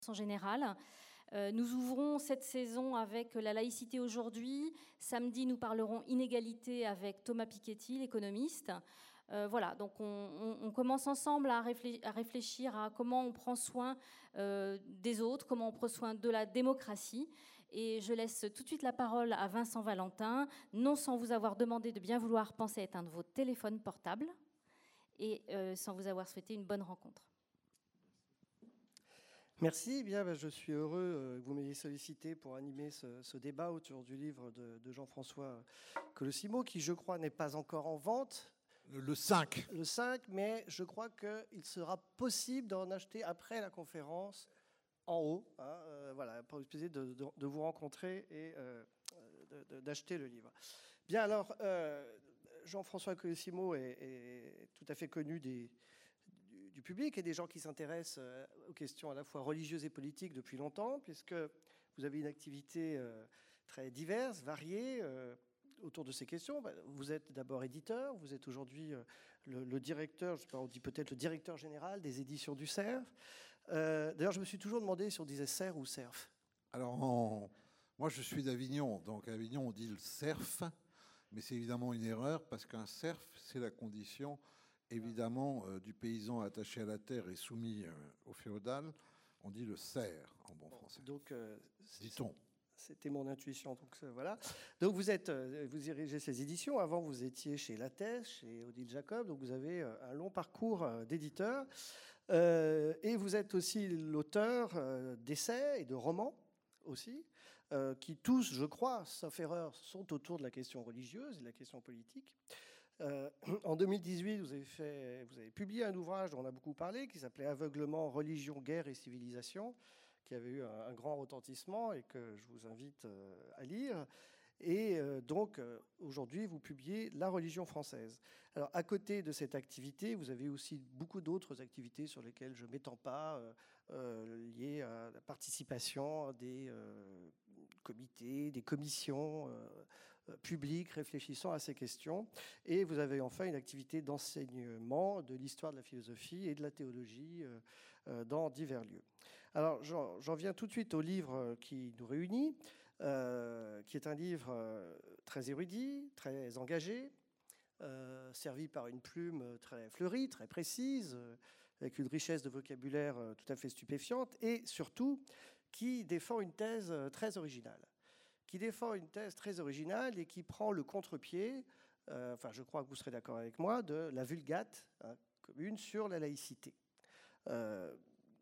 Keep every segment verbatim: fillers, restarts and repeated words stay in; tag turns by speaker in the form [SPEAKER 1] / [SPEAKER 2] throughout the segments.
[SPEAKER 1] en général. Euh, nous ouvrons cette saison avec la laïcité aujourd'hui. Samedi, nous parlerons inégalité avec Thomas Piketty, l'économiste. Euh, voilà, donc on, on, on commence ensemble à réfléchir, à réfléchir à comment on prend soin euh, des autres, comment on prend soin de la démocratie. Et je laisse tout de suite la parole à Vincent Valentin, non sans vous avoir demandé de bien vouloir penser à éteindre vos téléphones portables et euh, sans vous avoir souhaité une bonne rencontre.
[SPEAKER 2] Merci. Eh bien, je suis heureux que vous m'ayez sollicité pour animer ce, ce débat autour du livre de, de Jean-François Colosimo, qui, je crois, n'est pas encore en vente.
[SPEAKER 3] Le cinq.
[SPEAKER 2] Le cinq, mais je crois qu'il sera possible d'en acheter après la conférence en haut. Hein, euh, voilà, pour essayer de, de, de vous rencontrer et euh, de, de, d'acheter le livre. Bien, alors, euh, Jean-François Colosimo est, est tout à fait connu des... du public et des gens qui s'intéressent aux questions à la fois religieuses et politiques depuis longtemps, puisque vous avez une activité très diverse, variée autour de ces questions. Vous êtes d'abord éditeur, vous êtes aujourd'hui le, le directeur, je sais pas, on dit peut-être le directeur général des éditions du Cerf. Euh, D'ailleurs, je me suis toujours demandé si on disait Cerf ou Cerf.
[SPEAKER 3] Alors, en... moi, je suis d'Avignon, donc à Avignon, on dit le Cerf, mais c'est évidemment une erreur, parce qu'un Cerf, c'est la condition... évidemment, euh, du paysan attaché à la terre et soumis euh, au féodal, on dit le cerf en bon français.
[SPEAKER 2] Donc, euh,
[SPEAKER 3] dit-on.
[SPEAKER 2] C'était mon intuition. Donc euh, voilà. Donc vous êtes, euh, vous dirigez ces éditions. Avant, vous étiez chez Lattès, chez Odile Jacob. Donc vous avez euh, un long parcours euh, d'éditeur. Euh, et vous êtes aussi l'auteur euh, d'essais et de romans aussi, euh, qui tous, je crois, sauf erreur, sont autour de la question religieuse et de la question politique. Euh, en deux mille dix-huit, vous avez, fait, vous avez publié un ouvrage dont on a beaucoup parlé, qui s'appelait « Aveuglement, religion, guerre et civilisation », qui avait eu un, un grand retentissement et que je vous invite euh, à lire. Et euh, donc, euh, aujourd'hui, vous publiez La religion française. Alors, à côté de cette activité, vous avez aussi beaucoup d'autres activités sur lesquelles je ne m'étends pas, euh, euh, liées à la participation à des euh, comités, des commissions euh, publiques réfléchissant à ces questions. Et vous avez enfin une activité d'enseignement de l'histoire de la philosophie et de la théologie euh, euh, dans divers lieux. Alors, j'en viens tout de suite au livre qui nous réunit, euh, qui est un livre euh, très érudit, très engagé, euh, servi par une plume très fleurie, très précise, euh, avec une richesse de vocabulaire euh, tout à fait stupéfiante, et surtout qui défend une thèse très originale. Qui défend une thèse très originale et qui prend le contre-pied, euh, enfin je crois que vous serez d'accord avec moi, de la Vulgate hein, commune sur la laïcité. Euh,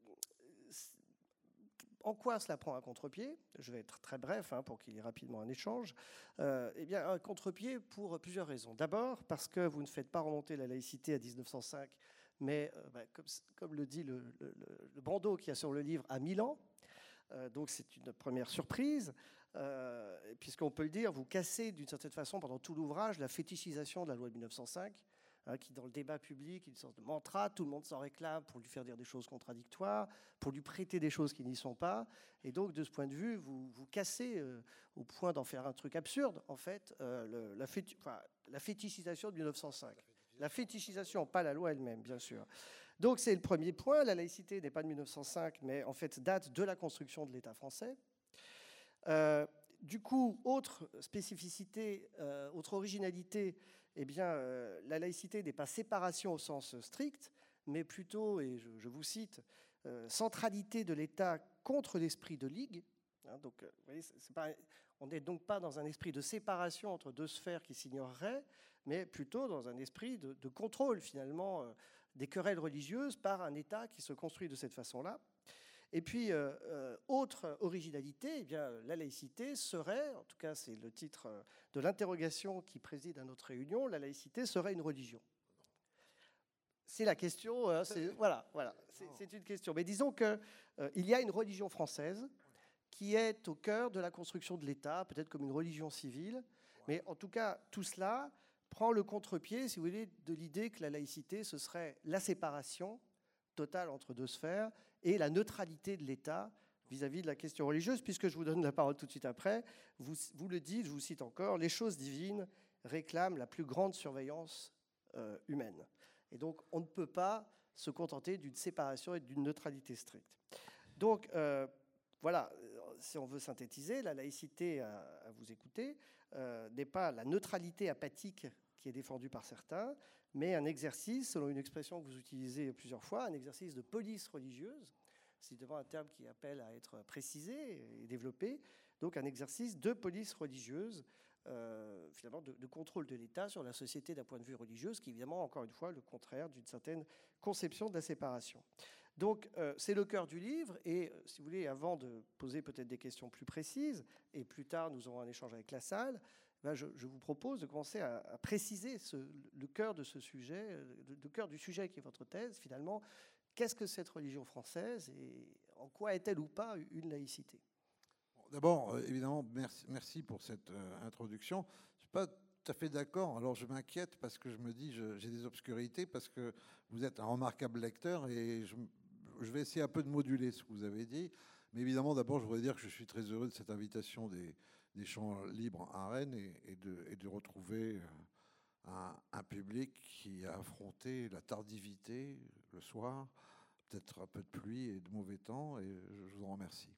[SPEAKER 2] En quoi cela prend un contre-pied? Je vais être très bref hein, pour qu'il y ait rapidement un échange. Euh, eh bien, un contre-pied pour plusieurs raisons. D'abord, parce que vous ne faites pas remonter la laïcité à mille neuf cent cinq, mais euh, bah, comme, comme le dit le, le, le bandeau qui a sur le livre, à mille ans. Euh, donc c'est une première surprise, euh, puisqu'on peut le dire, vous cassez d'une certaine façon pendant tout l'ouvrage la fétichisation de la loi de mille neuf cent cinq, hein, qui dans le débat public est une sorte de mantra, tout le monde s'en réclame pour lui faire dire des choses contradictoires, pour lui prêter des choses qui n'y sont pas, et donc de ce point de vue, vous, vous cassez euh, au point d'en faire un truc absurde, en fait, euh, le, la, féti enfin, la fétichisation de mille neuf cent cinq. La fétichisation, pas la loi elle-même, bien sûr. Donc c'est le premier point. La laïcité n'est pas de mille neuf cent cinq, mais en fait date de la construction de l'État français. Euh, du coup, autre spécificité, euh, autre originalité, eh bien, euh, la laïcité n'est pas séparation au sens strict, mais plutôt, et je, je vous cite, euh, centralité de l'État contre l'esprit de ligue. Hein, donc, vous voyez, c'est pas, on n'est donc pas dans un esprit de séparation entre deux sphères qui s'ignoreraient, mais plutôt dans un esprit de, de contrôle, finalement, euh, des querelles religieuses par un État qui se construit de cette façon-là. Et puis, euh, euh, autre originalité, eh bien, la laïcité serait, en tout cas c'est le titre de l'interrogation qui préside à notre réunion, la laïcité serait une religion. C'est la question, hein, c'est, voilà, voilà, c'est une question. Mais disons qu'il euh, y a une religion française qui est au cœur de la construction de l'État, peut-être comme une religion civile, mais en tout cas, tout cela prend le contre-pied, si vous voulez, de l'idée que la laïcité, ce serait la séparation totale entre deux sphères et la neutralité de l'État vis-à-vis de la question religieuse, puisque je vous donne la parole tout de suite après, vous, vous le dites, je vous cite encore, les choses divines réclament la plus grande surveillance euh, humaine. Et donc, on ne peut pas se contenter d'une séparation et d'une neutralité stricte. Donc, euh, voilà, si on veut synthétiser, la laïcité, à, à vous écouter, euh, n'est pas la neutralité apathique qui est défendue par certains, mais un exercice, selon une expression que vous utilisez plusieurs fois, un exercice de police religieuse. C'est devant un terme qui appelle à être précisé et développé. Donc un exercice de police religieuse, euh, finalement de, de contrôle de l'État sur la société d'un point de vue religieux, ce qui est évidemment, encore une fois, le contraire d'une certaine conception de la séparation. Donc euh, c'est le cœur du livre, et euh, si vous voulez, avant de poser peut-être des questions plus précises, et plus tard nous aurons un échange avec la salle, ben je, je vous propose de commencer à, à préciser ce, le cœur de ce sujet, le, le cœur du sujet qui est votre thèse, finalement. Qu'est-ce que cette religion française et en quoi est-elle ou pas une laïcité?
[SPEAKER 3] D'abord, euh, évidemment, merci, merci pour cette euh, introduction. Je ne suis pas tout à fait d'accord. Alors, je m'inquiète parce que je me dis, je, j'ai des obscurités, parce que vous êtes un remarquable lecteur et je, je vais essayer un peu de moduler ce que vous avez dit. Mais évidemment, d'abord, je voudrais dire que je suis très heureux de cette invitation des, des Champs libres à Rennes et, et, de, et de retrouver un, un public qui a affronté la tardivité le soir, peut-être un peu de pluie et de mauvais temps, et je vous en remercie.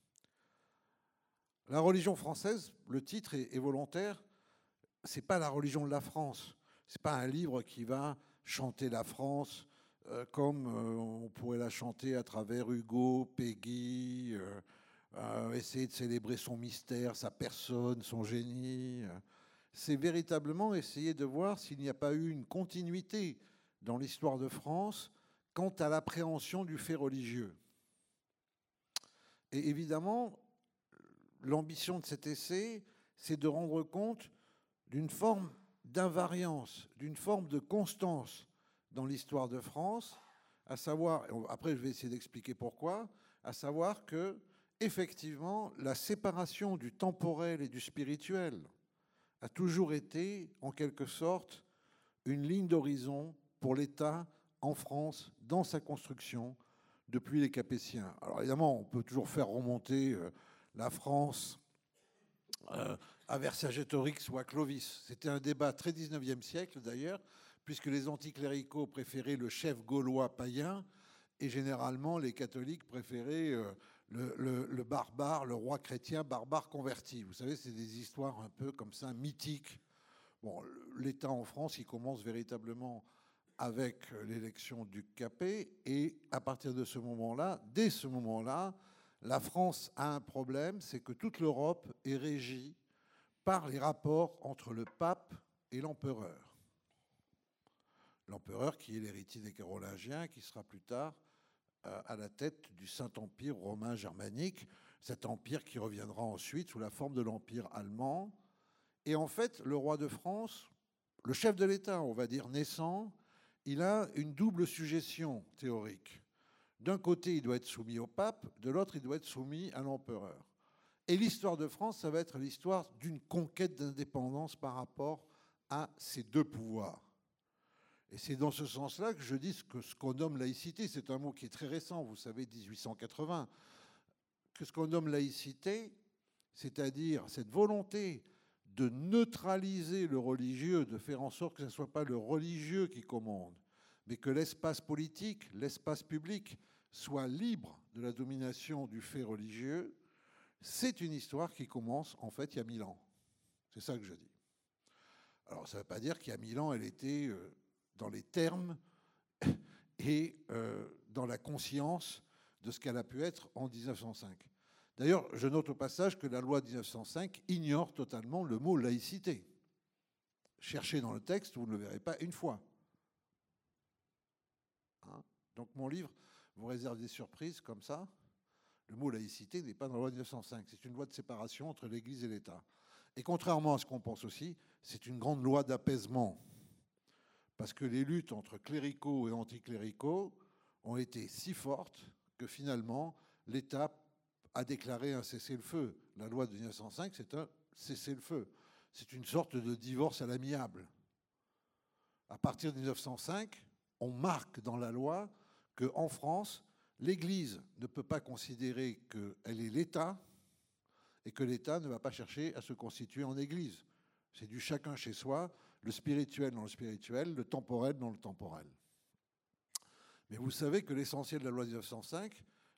[SPEAKER 3] La religion française, le titre est, est volontaire, c'est pas la religion de la France, c'est pas un livre qui va chanter la France euh, comme euh, on pourrait la chanter à travers Hugo, Peggy, euh, euh, essayer de célébrer son mystère, sa personne, son génie. C'est véritablement essayer de voir s'il n'y a pas eu une continuité dans l'histoire de France quant à l'appréhension du fait religieux. Et évidemment, l'ambition de cet essai, c'est de rendre compte d'une forme d'invariance, d'une forme de constance dans l'histoire de France, à savoir, après je vais essayer d'expliquer pourquoi, à savoir que, effectivement, la séparation du temporel et du spirituel a toujours été, en quelque sorte, une ligne d'horizon pour l'État en France, dans sa construction, depuis les Capétiens. Alors évidemment, on peut toujours faire remonter euh, la France euh, à Vercingétorix ou à Clovis. C'était un débat très dix-neuvième siècle d'ailleurs, puisque les anticléricaux préféraient le chef gaulois païen et généralement les catholiques préféraient euh, le, le, le barbare, le roi chrétien barbare converti. Vous savez, c'est des histoires un peu comme ça, mythiques. Bon, l'État en France, il commence véritablement avec l'élection du Capet, et à partir de ce moment-là, dès ce moment-là, la France a un problème, c'est que toute l'Europe est régie par les rapports entre le pape et l'empereur. L'empereur qui est l'héritier des Carolingiens, qui sera plus tard euh, à la tête du Saint-Empire romain germanique, cet empire qui reviendra ensuite sous la forme de l'Empire allemand. Et en fait, le roi de France, le chef de l'État, on va dire naissant, il a une double sujétion théorique. D'un côté, il doit être soumis au pape, de l'autre, il doit être soumis à l'empereur. Et l'histoire de France, ça va être l'histoire d'une conquête d'indépendance par rapport à ces deux pouvoirs. Et c'est dans ce sens-là que je dis que ce qu'on nomme laïcité, c'est un mot qui est très récent, vous savez, dix-huit cent quatre-vingts, que ce qu'on nomme laïcité, c'est-à-dire cette volonté de neutraliser le religieux, de faire en sorte que ce ne soit pas le religieux qui commande, mais que l'espace politique, l'espace public soit libre de la domination du fait religieux, c'est une histoire qui commence en fait il y a mille ans. C'est ça que je dis. Alors ça ne veut pas dire qu'il y a mille ans, elle était euh, dans les termes et euh, dans la conscience de ce qu'elle a pu être en dix-neuf cent cinq. D'ailleurs, je note au passage que la loi de dix-neuf cent cinq ignore totalement le mot laïcité. Cherchez dans le texte, vous ne le verrez pas une fois. Hein? Donc mon livre vous réserve des surprises comme ça. Le mot laïcité n'est pas dans la loi de dix-neuf cent cinq. C'est une loi de séparation entre l'Église et l'État. Et contrairement à ce qu'on pense aussi, c'est une grande loi d'apaisement. Parce que les luttes entre cléricaux et anticléricaux ont été si fortes que finalement, l'État a déclaré un cessez-le-feu. La loi de mille neuf cent cinq, c'est un cessez-le-feu. C'est une sorte de divorce à l'amiable. À partir de mille neuf cent cinq, on marque dans la loi qu'en France, l'Église ne peut pas considérer qu'elle est l'État et que l'État ne va pas chercher à se constituer en Église. C'est du chacun chez soi, le spirituel dans le spirituel, le temporel dans le temporel. Mais vous savez que l'essentiel de la loi de mille neuf cent cinq,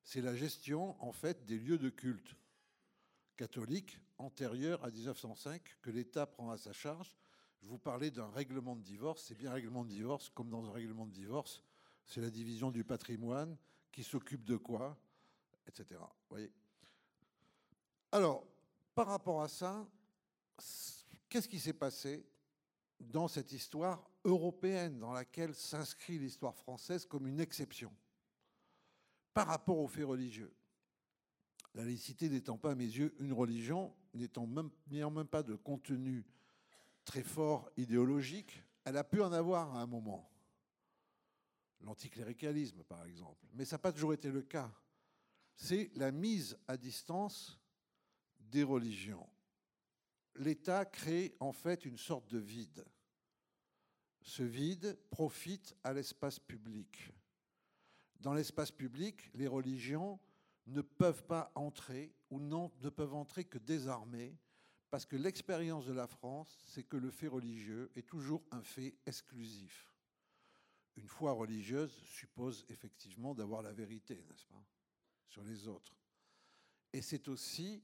[SPEAKER 3] c'est la gestion, en fait, des lieux de culte catholiques antérieurs à mille neuf cent cinq que l'État prend à sa charge. Je vous parlais d'un règlement de divorce. C'est bien un règlement de divorce, comme dans un règlement de divorce. C'est la division du patrimoine, qui s'occupe de quoi, et cetera. Vous voyez ? Alors, par rapport à ça, qu'est-ce qui s'est passé dans cette histoire européenne dans laquelle s'inscrit l'histoire française comme une exception par rapport aux faits religieux ? La laïcité n'étant pas, à mes yeux, une religion, n'étant même, n'ayant même pas de contenu très fort idéologique, elle a pu en avoir à un moment. L'anticléricalisme, par exemple. Mais ça n'a pas toujours été le cas. C'est la mise à distance des religions. L'État crée en fait une sorte de vide. Ce vide profite à l'espace public. Dans l'espace public, les religions ne peuvent pas entrer ou non, ne peuvent entrer que désarmées, parce que l'expérience de la France, c'est que le fait religieux est toujours un fait exclusif. Une foi religieuse suppose effectivement d'avoir la vérité, n'est-ce pas, sur les autres. Et c'est aussi,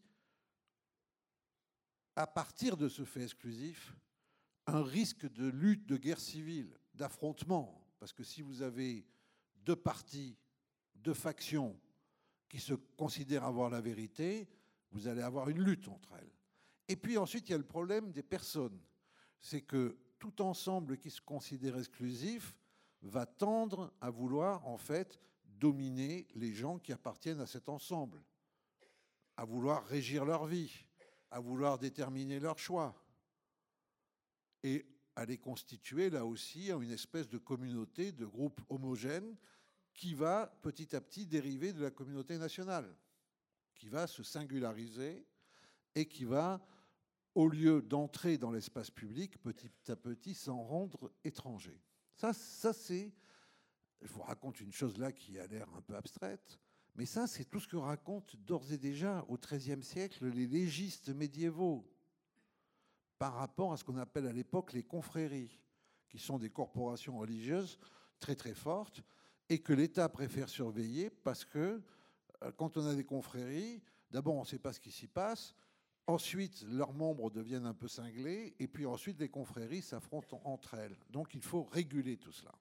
[SPEAKER 3] à partir de ce fait exclusif, un risque de lutte, de guerre civile, d'affrontement. Parce que si vous avez deux partis, deux factions qui se considèrent avoir la vérité, vous allez avoir une lutte entre elles. Et puis ensuite, il y a le problème des personnes. C'est que tout ensemble qui se considère exclusif va tendre à vouloir, en fait, dominer les gens qui appartiennent à cet ensemble, à vouloir régir leur vie, à vouloir déterminer leur choix, et à les constituer, là aussi, en une espèce de communauté, de groupe homogène, qui va petit à petit dériver de la communauté nationale, qui va se singulariser et qui va, au lieu d'entrer dans l'espace public, petit à petit s'en rendre étranger. Ça, ça c'est... Je vous raconte une chose là qui a l'air un peu abstraite, mais ça, c'est tout ce que racontent d'ores et déjà, au treizième siècle, les légistes médiévaux, par rapport à ce qu'on appelle à l'époque les confréries, qui sont des corporations religieuses très très fortes, et que l'État préfère surveiller parce que euh, quand on a des confréries, d'abord on ne sait pas ce qui s'y passe, ensuite leurs membres deviennent un peu cinglés, et puis ensuite les confréries s'affrontent entre elles. Donc il faut réguler tout cela.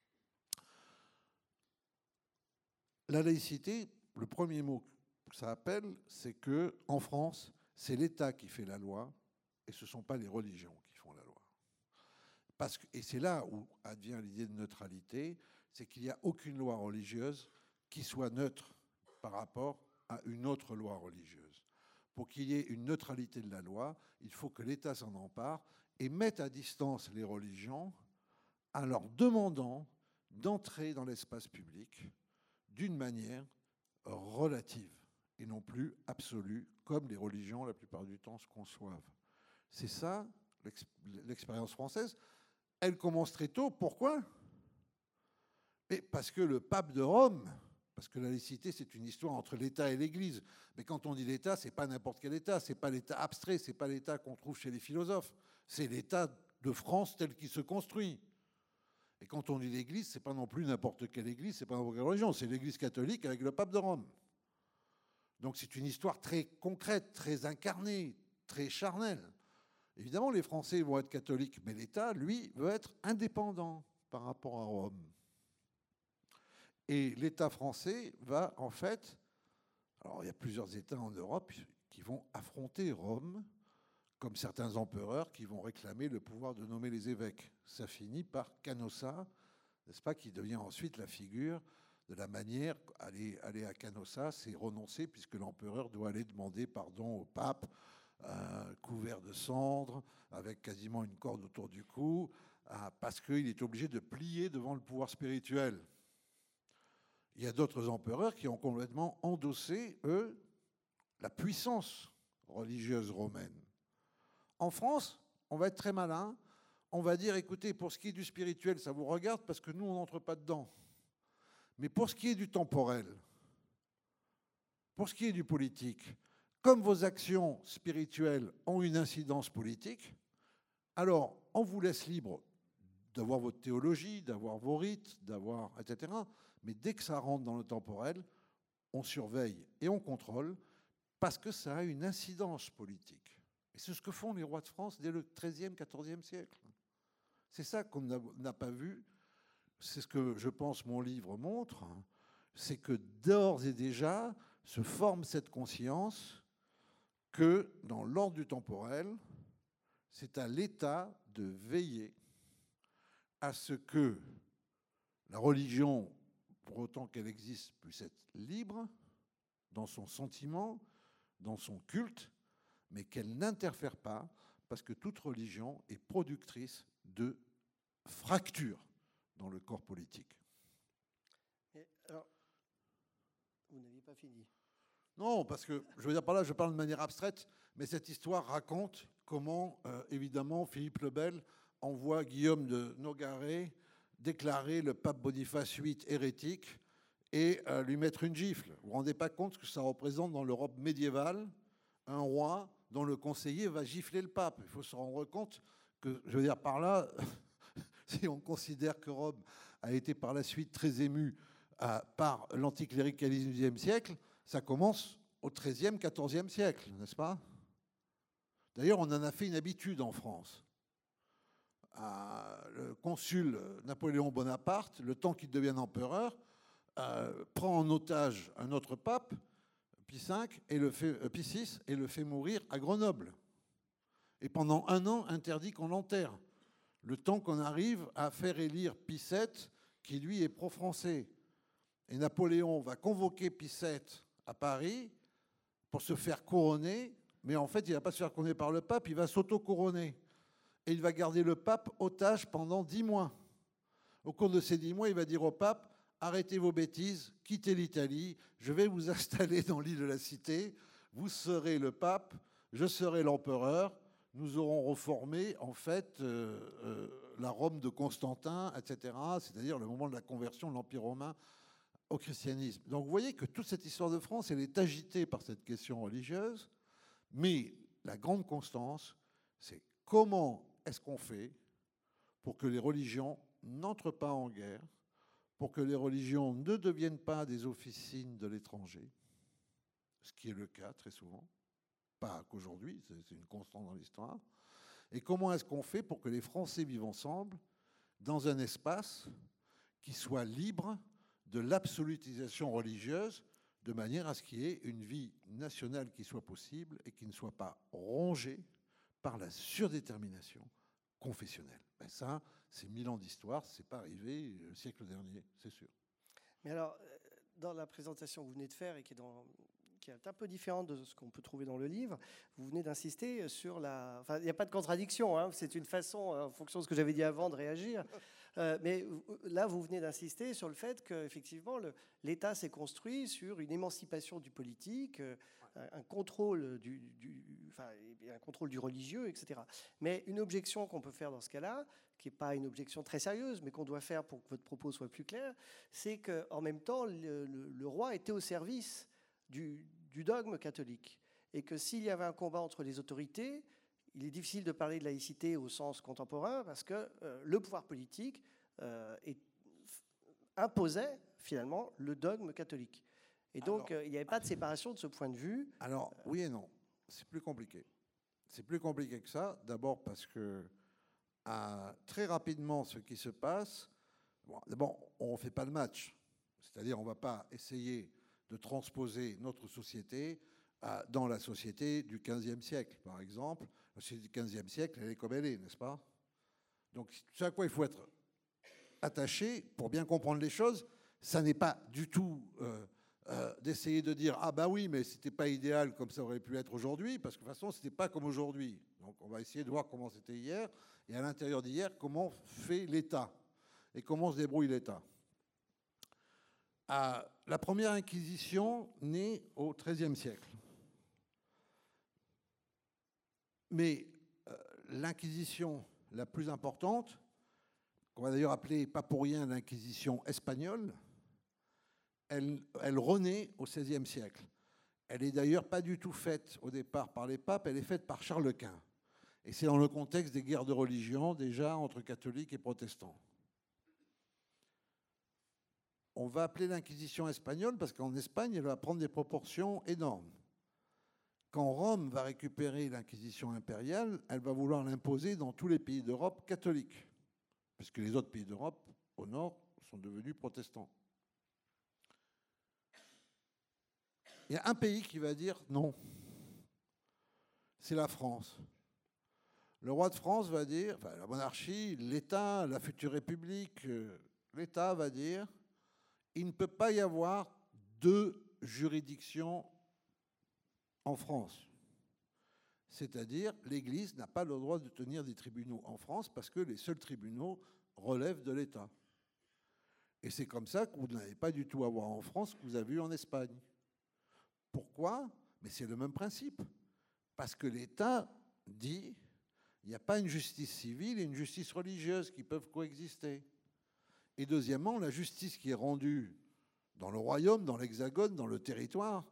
[SPEAKER 3] La laïcité, le premier mot que ça appelle, c'est que en France, c'est l'État qui fait la loi, et ce ne sont pas les religions qui font la loi. Parce que, et c'est là où advient l'idée de neutralité, c'est qu'il n'y a aucune loi religieuse qui soit neutre par rapport à une autre loi religieuse. Pour qu'il y ait une neutralité de la loi, il faut que l'État s'en empare et mette à distance les religions en leur demandant d'entrer dans l'espace public d'une manière relative et non plus absolue, comme les religions, la plupart du temps, se conçoivent. C'est ça, l'expérience française. Elle commence très tôt. Pourquoi ? Mais parce que le pape de Rome, parce que la laïcité, c'est une histoire entre l'État et l'Église. Mais quand on dit l'État, ce n'est pas n'importe quel État, ce n'est pas l'État abstrait, ce n'est pas l'État qu'on trouve chez les philosophes, c'est l'État de France tel qu'il se construit. Et quand on dit l'Église, ce n'est pas non plus n'importe quelle Église, ce n'est pas n'importe quelle religion, c'est l'Église catholique avec le pape de Rome. Donc c'est une histoire très concrète, très incarnée, très charnelle. Évidemment, les Français vont être catholiques, mais l'État, lui, veut être indépendant par rapport à Rome. Et l'État français va, en fait... Alors, il y a plusieurs États en Europe qui vont affronter Rome, comme certains empereurs qui vont réclamer le pouvoir de nommer les évêques. Ça finit par Canossa, n'est-ce pas, qui devient ensuite la figure de la manière... Aller, aller à Canossa, c'est renoncer, puisque l'empereur doit aller demander pardon au pape, euh, couvert de cendres, avec quasiment une corde autour du cou, euh, parce qu'il est obligé de plier devant le pouvoir spirituel. Il y a d'autres empereurs qui ont complètement endossé, eux, la puissance religieuse romaine. En France, on va être très malin. On va dire, écoutez, pour ce qui est du spirituel, ça vous regarde parce que nous, on n'entre pas dedans. Mais pour ce qui est du temporel, pour ce qui est du politique, comme vos actions spirituelles ont une incidence politique, alors on vous laisse libre d'avoir votre théologie, d'avoir vos rites, d'avoir, et cetera. Mais dès que ça rentre dans le temporel, on surveille et on contrôle, parce que ça a une incidence politique. Et c'est ce que font les rois de France dès le treizième, quatorzième siècle. C'est ça qu'on n'a pas vu. C'est ce que, je pense, mon livre montre. C'est que d'ores et déjà se forme cette conscience que dans l'ordre du temporel, c'est à l'État de veiller à ce que la religion, pour autant qu'elle existe, puisse être libre dans son sentiment, dans son culte, mais qu'elle n'interfère pas, parce que toute religion est productrice de fractures dans le corps politique.
[SPEAKER 2] Et alors, vous n'aviez pas fini.
[SPEAKER 3] Non, parce que, je veux dire par là, je parle de manière abstraite, mais cette histoire raconte comment, euh, évidemment, Philippe le Bel envoie Guillaume de Nogaret déclarer le pape Boniface huit hérétique et euh, lui mettre une gifle. Vous ne vous rendez pas compte ce que ça représente dans l'Europe médiévale, un roi dont le conseiller va gifler le pape. Il faut se rendre compte que, je veux dire par là, si on considère que Rome a été par la suite très émue euh, par l'anticléricalisme du dix-neuvième siècle, ça commence au treizième, quatorzième siècle, n'est-ce pas? D'ailleurs, on en a fait une habitude en France. Euh, le consul Napoléon Bonaparte, le temps qu'il devienne empereur, euh, prend en otage un autre pape, Pie cinq, et le fait, euh, Pie six, et le fait mourir à Grenoble. Et pendant un an, interdit qu'on l'enterre. Le temps qu'on arrive à faire élire Pie sept, qui lui est pro-français. Et Napoléon va convoquer Pie sept à Paris pour se faire couronner, mais en fait, il ne va pas se faire couronner par le pape, il va s'auto-couronner. Et il va garder le pape otage pendant dix mois. Au cours de ces dix mois, il va dire au pape, arrêtez vos bêtises, quittez l'Italie, je vais vous installer dans l'île de la Cité, vous serez le pape, je serai l'empereur, nous aurons reformé, en fait, euh, euh, la Rome de Constantin, et cetera, c'est-à-dire le moment de la conversion de l'Empire romain au christianisme. Donc vous voyez que toute cette histoire de France, elle est agitée par cette question religieuse, mais la grande constance, c'est comment est-ce qu'on fait pour que les religions n'entrent pas en guerre, pour que les religions ne deviennent pas des officines de l'étranger, ce qui est le cas très souvent, pas qu'aujourd'hui, c'est une constante dans l'histoire, et comment est-ce qu'on fait pour que les Français vivent ensemble dans un espace qui soit libre de l'absolutisation religieuse, de manière à ce qu'il y ait une vie nationale qui soit possible et qui ne soit pas rongée par la surdétermination confessionnelle. Ben ça, c'est mille ans d'histoire, c'est pas arrivé le siècle dernier, c'est sûr.
[SPEAKER 2] Mais alors, dans la présentation que vous venez de faire et qui est, dans, qui est un peu différente de ce qu'on peut trouver dans le livre, vous venez d'insister sur la... Enfin, il n'y a pas de contradiction, hein, c'est une façon, en fonction de ce que j'avais dit avant, de réagir. Euh, mais là, vous venez d'insister sur le fait qu'effectivement, l'État s'est construit sur une émancipation du politique, euh, un, un, contrôle du, du, enfin, un contrôle du religieux, et cetera. Mais une objection qu'on peut faire dans ce cas-là, qui n'est pas une objection très sérieuse, mais qu'on doit faire pour que votre propos soit plus clair, c'est qu'en même temps, le, le, le roi était au service du, du dogme catholique. Et que s'il y avait un combat entre les autorités, il est difficile de parler de laïcité au sens contemporain parce que euh, le pouvoir politique euh, est, imposait finalement le dogme catholique. Et donc, alors, euh, il n'y avait pas de séparation de ce point de vue.
[SPEAKER 3] Alors, oui et non. C'est plus compliqué. C'est plus compliqué que ça. D'abord parce que à, très rapidement, ce qui se passe, bon, d'abord, on ne fait pas le match. C'est-à-dire, on ne va pas essayer de transposer notre société à, dans la société du quinzième siècle, par exemple. La société du quinzième siècle, elle est comme elle est, n'est-ce pas? Donc, ce à quoi il faut être attaché pour bien comprendre les choses, ça n'est pas du tout euh, euh, d'essayer de dire « Ah bah oui, mais c'était pas idéal comme ça aurait pu être aujourd'hui », parce que de toute façon, c'était pas comme aujourd'hui. Donc, on va essayer de voir comment c'était hier, et à l'intérieur d'hier, comment fait l'État, et comment se débrouille l'État. Ah, la première Inquisition naît au treizième siècle. Mais euh, l'Inquisition la plus importante, qu'on va d'ailleurs appeler pas pour rien l'Inquisition espagnole, elle, elle renaît au seizième siècle. Elle est d'ailleurs pas du tout faite au départ par les papes, elle est faite par Charles Quint. Et c'est dans le contexte des guerres de religion, déjà entre catholiques et protestants. on va appeler l'Inquisition espagnole parce qu'en Espagne, elle va prendre des proportions énormes. Quand Rome va récupérer l'Inquisition impériale, elle va vouloir l'imposer dans tous les pays d'Europe catholiques, puisque les autres pays d'Europe, au nord, sont devenus protestants. Il y a un pays qui va dire non. C'est la France. Le roi de France va dire, enfin la monarchie, l'État, la future République, l'État va dire, il ne peut pas y avoir deux juridictions en France. C'est-à-dire, l'Église n'a pas le droit de tenir des tribunaux en France parce que les seuls tribunaux relèvent de l'État. Et c'est comme ça que vous n'allez pas du tout avoir en France ce que vous avez eu en Espagne. Pourquoi? Mais c'est le même principe. Parce que l'État dit, il n'y a pas une justice civile et une justice religieuse qui peuvent coexister. Et deuxièmement, la justice qui est rendue dans le royaume, dans l'hexagone, dans le territoire,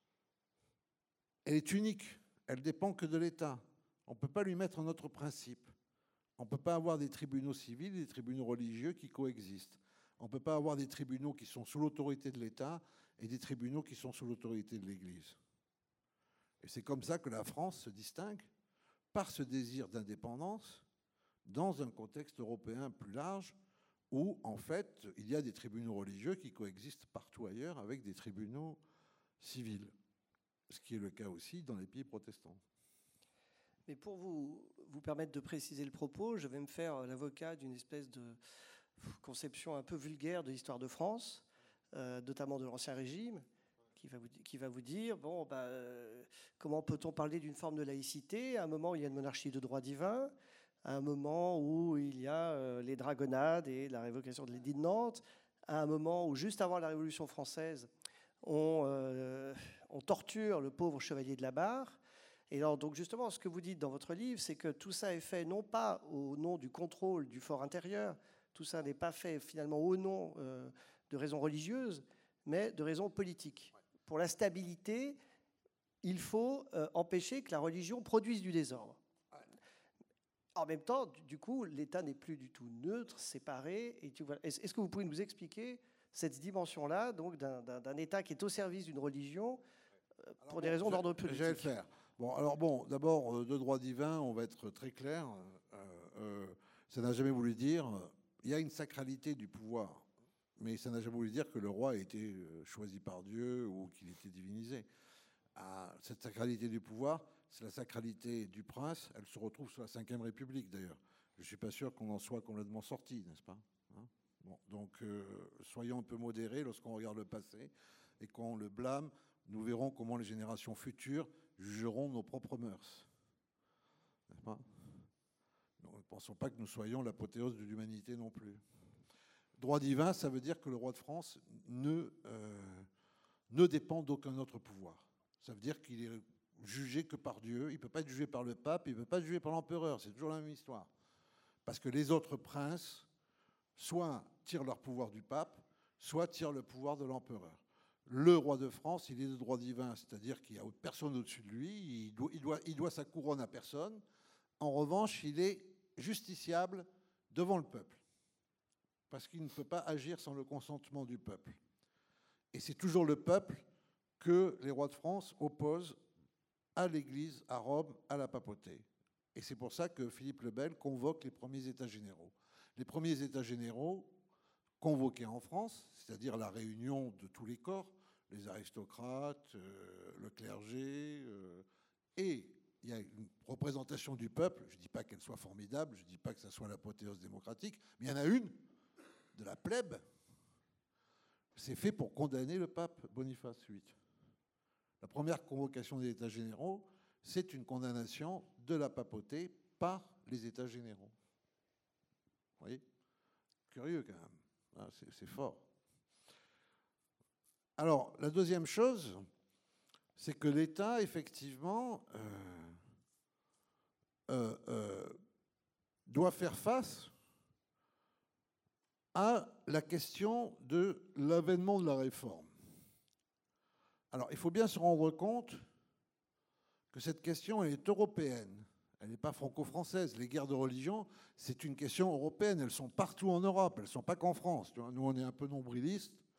[SPEAKER 3] elle est unique. Elle ne dépend que de l'État. On ne peut pas lui mettre un autre principe. On ne peut pas avoir des tribunaux civils et des tribunaux religieux qui coexistent. On ne peut pas avoir des tribunaux qui sont sous l'autorité de l'État et des tribunaux qui sont sous l'autorité de l'Église. Et c'est comme ça que la France se distingue par ce désir d'indépendance dans un contexte européen plus large où, en fait, il y a des tribunaux religieux qui coexistent partout ailleurs avec des tribunaux civils. Ce qui est le cas aussi dans les pays protestants.
[SPEAKER 2] Mais pour vous, vous permettre de préciser le propos, je vais me faire l'avocat d'une espèce de conception un peu vulgaire de l'histoire de France, euh, notamment de l'Ancien Régime, qui va vous, qui va vous dire, bon, bah, euh, comment peut-on parler d'une forme de laïcité à un moment où il y a une monarchie de droit divin, à un moment où il y a euh, les dragonnades et la révocation de l'édit de Nantes, à un moment où, juste avant la Révolution française, on, euh, on torture le pauvre chevalier de la Barre. Et alors, donc justement, ce que vous dites dans votre livre, c'est que tout ça est fait non pas au nom du contrôle du fort intérieur, tout ça n'est pas fait finalement au nom euh, de raisons religieuses, mais de raisons politiques. Pour la stabilité, il faut euh, empêcher que la religion produise du désordre. En même temps, du coup, l'État n'est plus du tout neutre, séparé. Et tu, est-ce que vous pouvez nous expliquer cette dimension-là, donc d'un, d'un, d'un État qui est au service d'une religion euh, pour alors, des bon, raisons d'ordre politique?
[SPEAKER 3] Je vais le faire. Bon, alors bon, d'abord, euh, de droit divin, on va être très clair. Euh, euh, ça n'a jamais voulu dire... Il y a une sacralité du pouvoir, mais ça n'a jamais voulu dire que le roi a été choisi par Dieu ou qu'il était divinisé. Ah, cette sacralité du pouvoir, c'est la sacralité du prince. Elle se retrouve sous la cinquième République, d'ailleurs. Je ne suis pas sûr qu'on en soit complètement sorti, n'est-ce pas? Hein? Bon, donc, euh, soyons un peu modérés lorsqu'on regarde le passé et qu'on le blâme. Nous verrons comment les générations futures jugeront nos propres mœurs. N'est-ce pas? Ne pensons pas que nous soyons l'apothéose de l'humanité non plus. Droit divin, ça veut dire que le roi de France ne, euh, ne dépend d'aucun autre pouvoir. Ça veut dire qu'il est jugé que par Dieu. Il ne peut pas être jugé par le pape, il ne peut pas être jugé par l'empereur. C'est toujours la même histoire. Parce que les autres princes, soit tirent leur pouvoir du pape, soit tirent le pouvoir de l'empereur. Le roi de France, il est de droit divin, c'est-à-dire qu'il n'y a personne au-dessus de lui, il doit, il doit, il doit sa couronne à personne. En revanche, il est justiciable devant le peuple, parce qu'il ne peut pas agir sans le consentement du peuple. Et c'est toujours le peuple que les rois de France opposent à l'Église, à Rome, à la papauté. Et c'est pour ça que Philippe le Bel convoque les premiers États généraux. Les premiers États généraux convoqués en France, c'est-à-dire la réunion de tous les corps, les aristocrates, euh, le clergé, euh, et il y a une représentation du peuple. Je ne dis pas qu'elle soit formidable, je ne dis pas que ça soit l'apothéose démocratique, mais il y en a une, de la plèbe. C'est fait pour condamner le pape Boniface huit. La première convocation des États généraux, c'est une condamnation de la papauté par les États généraux. Vous voyez? Curieux quand même. C'est, c'est fort. Alors, la deuxième chose, c'est que l'État, effectivement, euh, euh, euh, doit faire face à la question de l'avènement de la réforme. Alors, il faut bien se rendre compte que cette question elle est européenne. Elle n'est pas franco-française. Les guerres de religion, c'est une question européenne. Elles sont partout en Europe. Elles ne sont pas qu'en France. Nous, on est un peu nombrilistes.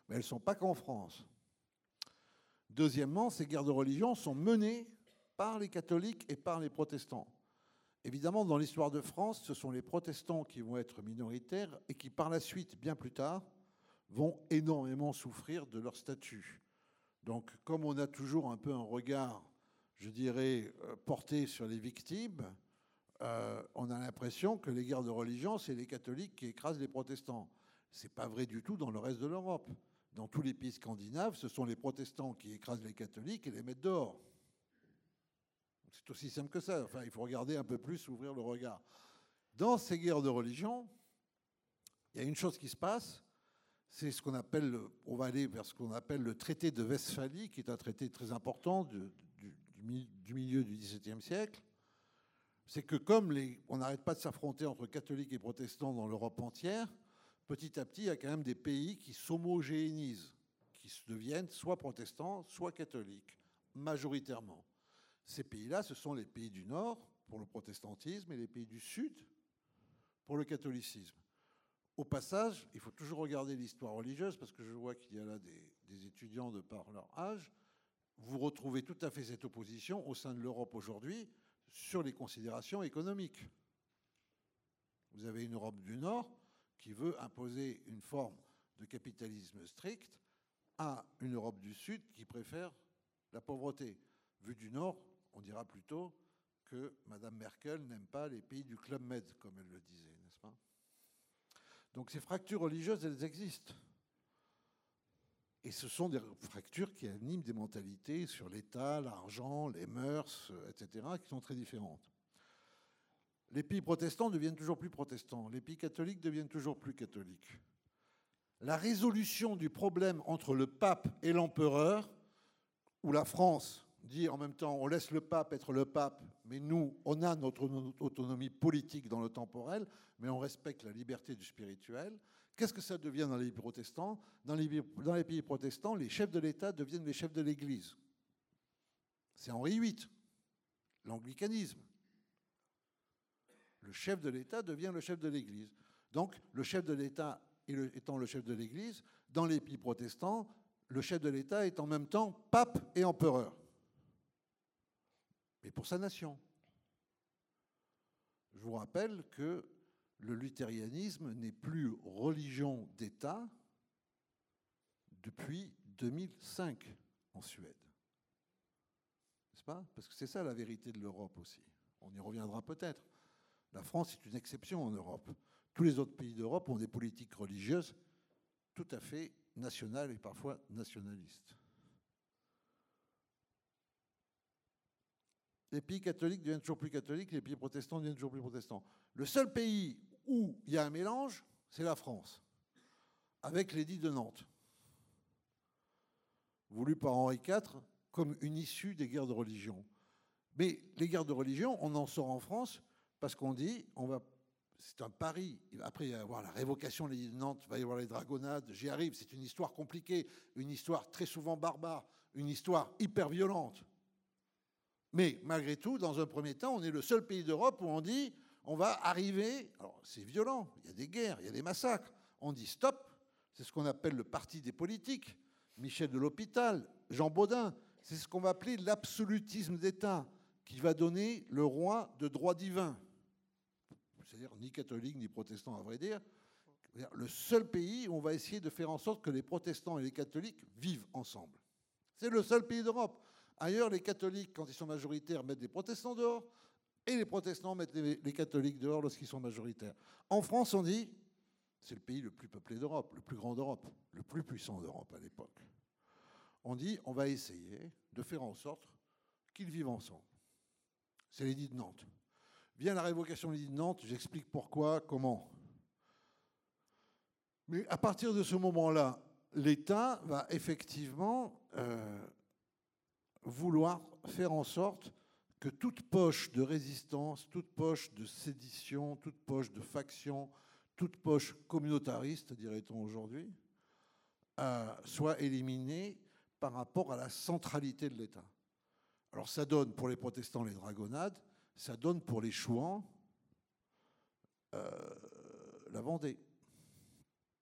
[SPEAKER 3] Mais elles ne sont pas qu'en France. Deuxièmement, ces guerres de religion sont menées par les catholiques et par les protestants. Évidemment, dans l'histoire de France, ce sont les protestants qui vont être minoritaires et qui, par la suite, bien plus tard, vont énormément souffrir de leur statut. Donc, comme on a toujours un peu un regard, je dirais, porté sur les victimes, euh, on a l'impression que les guerres de religion, c'est les catholiques qui écrasent les protestants. Ce n'est pas vrai du tout dans le reste de l'Europe. Dans tous les pays scandinaves, ce sont les protestants qui écrasent les catholiques et les mettent dehors. C'est aussi simple que ça. Enfin, il faut regarder un peu plus, ouvrir le regard. Dans ces guerres de religion, il y a une chose qui se passe, c'est ce qu'on appelle, on va aller vers ce qu'on appelle le traité de Westphalie, qui est un traité très important du, du, du milieu du dix-septième siècle. C'est que comme les, on n'arrête pas de s'affronter entre catholiques et protestants dans l'Europe entière, petit à petit, il y a quand même des pays qui s'homogénéisent, qui deviennent soit protestants, soit catholiques, majoritairement. Ces pays-là, ce sont les pays du Nord pour le protestantisme et les pays du Sud pour le catholicisme. Au passage, il faut toujours regarder l'histoire religieuse, parce que je vois qu'il y a là des, des étudiants de par leur âge. Vous retrouvez tout à fait cette opposition au sein de l'Europe aujourd'hui sur les considérations économiques. Vous avez une Europe du Nord qui veut imposer une forme de capitalisme strict à une Europe du Sud qui préfère la pauvreté. Vu du Nord, on dira plutôt que Mme Merkel n'aime pas les pays du Club Med, comme elle le disait, n'est-ce pas? Donc ces fractures religieuses, elles existent. Et ce sont des fractures qui animent des mentalités sur l'État, l'argent, les mœurs, et cetera, qui sont très différentes. Les pays protestants deviennent toujours plus protestants. Les pays catholiques deviennent toujours plus catholiques. La résolution du problème entre le pape et l'empereur, où la France dit en même temps on laisse le pape être le pape, mais nous, on a notre autonomie politique dans le temporel, mais on respecte la liberté du spirituel. Qu'est-ce que ça devient dans les pays protestants? Dans les, dans les pays protestants, les chefs de l'État deviennent les chefs de l'Église. C'est Henri huit, l'anglicanisme. Le chef de l'État devient le chef de l'Église. Donc, le chef de l'État étant le chef de l'Église, dans les pays protestants, le chef de l'État est en même temps pape et empereur. Mais pour sa nation. Je vous rappelle que le luthérianisme n'est plus religion d'État depuis deux mille cinq en Suède. N'est-ce pas? Parce que c'est ça la vérité de l'Europe aussi. On y reviendra peut-être. La France est une exception en Europe. Tous les autres pays d'Europe ont des politiques religieuses tout à fait nationales et parfois nationalistes. Les pays catholiques deviennent toujours plus catholiques, les pays protestants deviennent toujours plus protestants. Le seul pays où il y a un mélange, c'est la France, avec l'édit de Nantes, voulu par Henri quatre comme une issue des guerres de religion. Mais les guerres de religion, on en sort en France parce qu'on dit, on va, c'est un pari. Après, il va y avoir la révocation de l'édit de Nantes, il va y avoir les dragonnades, j'y arrive, c'est une histoire compliquée, une histoire très souvent barbare, une histoire hyper violente. Mais malgré tout, dans un premier temps, on est le seul pays d'Europe où on dit on va arriver, alors c'est violent, il y a des guerres, il y a des massacres, on dit stop, c'est ce qu'on appelle le parti des politiques, Michel de l'Hôpital, Jean Baudin, c'est ce qu'on va appeler l'absolutisme d'État, qui va donner le roi de droit divin. C'est-à-dire ni catholique ni protestant à vrai dire, le seul pays où on va essayer de faire en sorte que les protestants et les catholiques vivent ensemble. C'est le seul pays d'Europe. Ailleurs, les catholiques, quand ils sont majoritaires, mettent des protestants dehors, et les protestants mettent les, les catholiques dehors lorsqu'ils sont majoritaires. En France, on dit, c'est le pays le plus peuplé d'Europe, le plus grand d'Europe, le plus puissant d'Europe à l'époque. On dit, on va essayer de faire en sorte qu'ils vivent ensemble. C'est l'édit de Nantes. Vient la révocation de l'édit de Nantes, j'explique pourquoi, comment. Mais à partir de ce moment-là, l'État va effectivement euh, vouloir faire en sorte que toute poche de résistance, toute poche de sédition, toute poche de faction, toute poche communautariste, dirait-on aujourd'hui, euh, soit éliminée par rapport à la centralité de l'État. Alors ça donne pour les protestants les dragonnades, ça donne pour les chouans euh, la Vendée.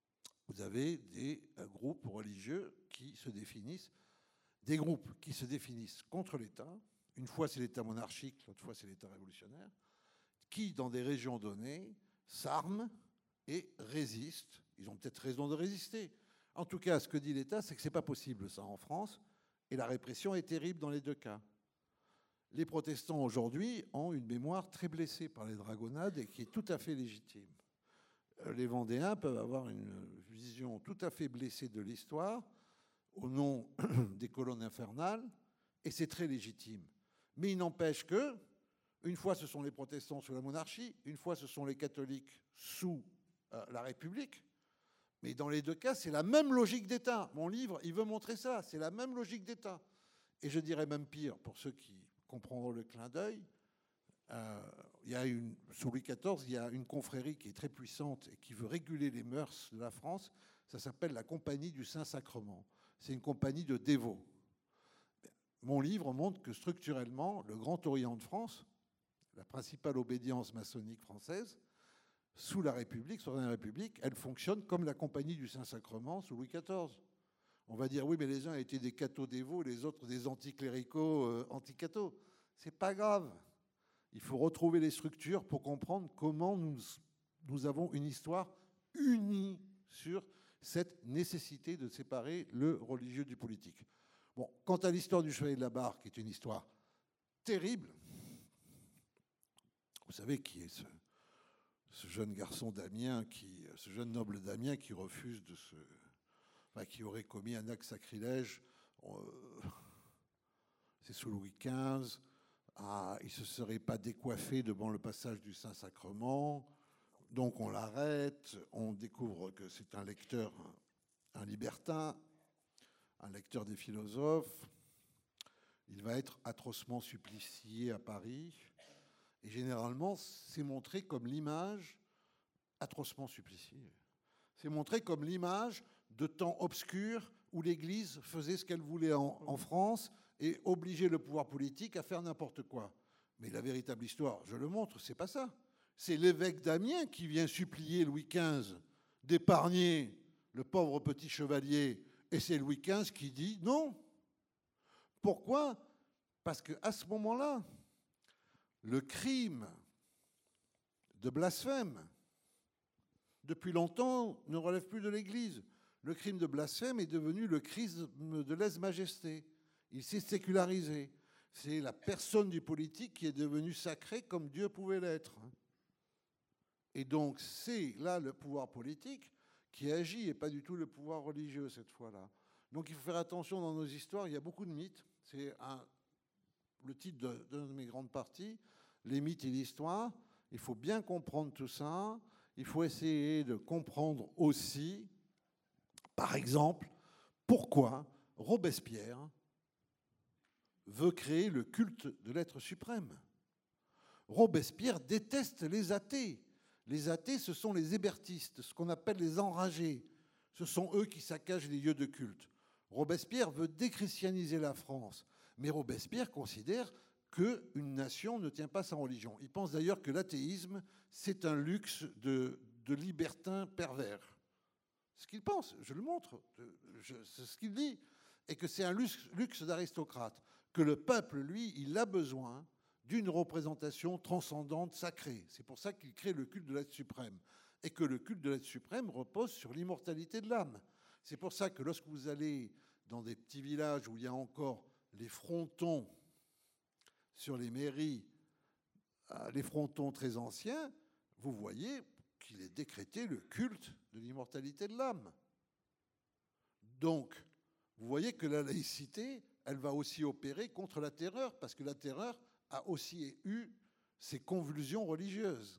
[SPEAKER 3] vous avez des euh, groupes religieux qui se définissent, des groupes qui se définissent contre l'État. Une fois, c'est l'État monarchique, l'autre fois, c'est l'État révolutionnaire, qui, dans des régions données, s'arment et résistent. Ils ont peut-être raison de résister. En tout cas, ce que dit l'État, c'est que ce n'est pas possible, ça, en France, et la répression est terrible dans les deux cas. Les protestants, aujourd'hui, ont une mémoire très blessée par les dragonnades et qui est tout à fait légitime. Les Vendéens peuvent avoir une vision tout à fait blessée de l'histoire au nom des colonnes infernales, et c'est très légitime. Mais il n'empêche que, une fois ce sont les protestants sous la monarchie, une fois ce sont les catholiques sous euh, la République, mais dans les deux cas, c'est la même logique d'État. Mon livre, il veut montrer ça, c'est la même logique d'État. Et je dirais même pire, pour ceux qui comprendront le clin d'œil, euh, il y a une, sous Louis quatorze, il y a une confrérie qui est très puissante et qui veut réguler les mœurs de la France. Ça s'appelle la Compagnie du Saint-Sacrement. C'est une compagnie de dévots. Mon livre montre que structurellement, le Grand Orient de France, la principale obédience maçonnique française, sous la République, sous la République, elle fonctionne comme la Compagnie du Saint-Sacrement sous Louis quatorze. On va dire, oui, mais les uns étaient des cathos dévots, les autres des anticléricaux euh, anticathos. C'est pas grave. Il faut retrouver les structures pour comprendre comment nous, nous avons une histoire unie sur cette nécessité de séparer le religieux du politique. Bon, quant à l'histoire du Chevalier de la Barre, qui est une histoire terrible, vous savez qui est ce, ce jeune garçon d'Amiens, qui, ce jeune noble d'Amiens qui refuse de se... Enfin, qui aurait commis un acte sacrilège, euh, c'est sous Louis quinze, ah, il ne se serait pas décoiffé devant le passage du Saint-Sacrement, donc on l'arrête, on découvre que c'est un lecteur, un libertin, un lecteur des philosophes. Il va être atrocement supplicié à Paris, et généralement, c'est montré comme l'image, atrocement supplicié, c'est montré comme l'image de temps obscurs où l'Église faisait ce qu'elle voulait en, en France et obligeait le pouvoir politique à faire n'importe quoi. Mais la véritable histoire, je le montre, c'est pas ça. C'est l'évêque d'Amiens qui vient supplier Louis quinze d'épargner le pauvre petit chevalier, et c'est Louis quinze qui dit non. Pourquoi ? Parce qu'à ce moment-là, le crime de blasphème, depuis longtemps, ne relève plus de l'Église. Le crime de blasphème est devenu le crime de lèse-majesté. Il s'est sécularisé. C'est la personne du politique qui est devenue sacrée comme Dieu pouvait l'être. Et donc, c'est là le pouvoir politique qui agit et pas du tout le pouvoir religieux cette fois-là. Donc, il faut faire attention dans nos histoires. Il y a beaucoup de mythes. C'est un, le titre de, de mes grandes parties, les mythes et l'histoire. Il faut bien comprendre tout ça. Il faut essayer de comprendre aussi, par exemple, pourquoi Robespierre veut créer le culte de l'être suprême. Robespierre déteste les athées. Les athées, ce sont les hébertistes, ce qu'on appelle les enragés. Ce sont eux qui saccagent les lieux de culte. Robespierre veut déchristianiser la France, mais Robespierre considère qu'une nation ne tient pas sa religion. Il pense d'ailleurs que l'athéisme, c'est un luxe de, de libertins pervers. Ce qu'il pense, je le montre, c'est ce qu'il dit, et que c'est un luxe, luxe d'aristocrate, que le peuple, lui, il a besoin d'une représentation transcendante, sacrée. C'est pour ça qu'il crée le culte de l'être suprême, et que le culte de l'être suprême repose sur l'immortalité de l'âme. C'est pour ça que lorsque vous allez dans des petits villages où il y a encore les frontons sur les mairies, les frontons très anciens, vous voyez qu'il est décrété le culte de l'immortalité de l'âme. Donc, vous voyez que la laïcité, elle va aussi opérer contre la terreur, parce que la terreur a aussi eu ses convulsions religieuses.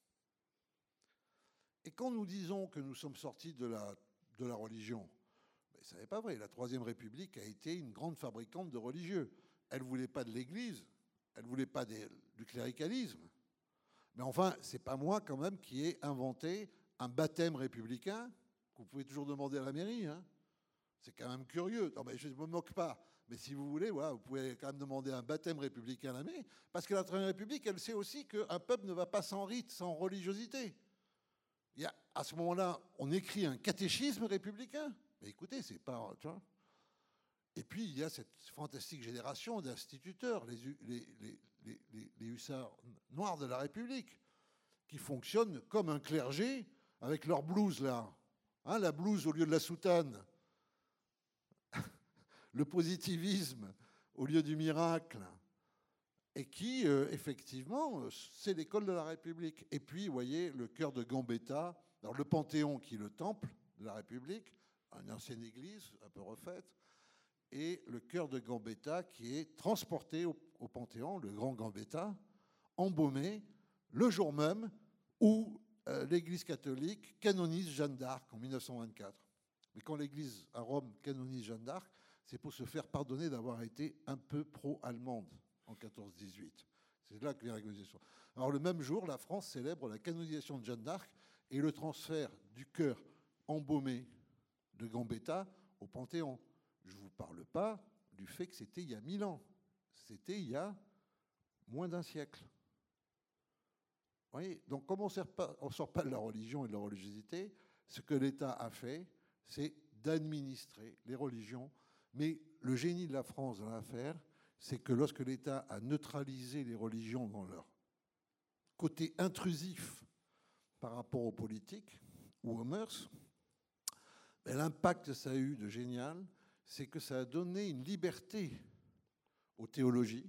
[SPEAKER 3] Et quand nous disons que nous sommes sortis de la, de la religion, ben, ça n'est pas vrai. La Troisième République a été une grande fabricante de religieux. Elle ne voulait pas de l'Église, elle ne voulait pas des, du cléricalisme. Mais enfin, ce n'est pas moi quand même qui ai inventé un baptême républicain, que vous pouvez toujours demander à la mairie. Hein. C'est quand même curieux. Non, mais je ne me moque pas. Mais si vous voulez, voilà, vous pouvez quand même demander un baptême républicain à la mairie. Parce que la Troisième République, elle sait aussi qu'un peuple ne va pas sans rite, sans religiosité. il y a, à ce moment-là, on écrit un catéchisme républicain. Mais écoutez, c'est pas... Tu vois. Et puis, il y a cette fantastique génération d'instituteurs, les, les, les, les, les hussards noirs de la République, qui fonctionnent comme un clergé avec leur blouse, là. Hein, la blouse au lieu de la soutane. Le positivisme au lieu du miracle. Et qui, euh, effectivement, c'est l'école de la République. Et puis, vous voyez, le cœur de Gambetta, alors le Panthéon qui est le temple de la République, une ancienne église un peu refaite, et le cœur de Gambetta qui est transporté au, au Panthéon, le grand Gambetta, embaumé, le jour même où euh, l'Église catholique canonise Jeanne d'Arc en mille neuf cent vingt-quatre. Mais quand l'Église à Rome canonise Jeanne d'Arc, c'est pour se faire pardonner d'avoir été un peu pro-allemande en quatorze dix-huit. C'est là que vient la canonisation. Alors le même jour, la France célèbre la canonisation de Jeanne d'Arc et le transfert du cœur embaumé de Gambetta au Panthéon. Je ne vous parle pas du fait que c'était il y a mille ans. C'était il y a moins d'un siècle. Vous voyez, donc comme on ne sort pas de la religion et de la religiosité, ce que l'État a fait, c'est d'administrer les religions. Mais le génie de la France dans l'affaire, c'est que lorsque l'État a neutralisé les religions dans leur côté intrusif par rapport aux politiques ou aux mœurs, l'impact que ça a eu de génial, c'est que ça a donné une liberté aux théologies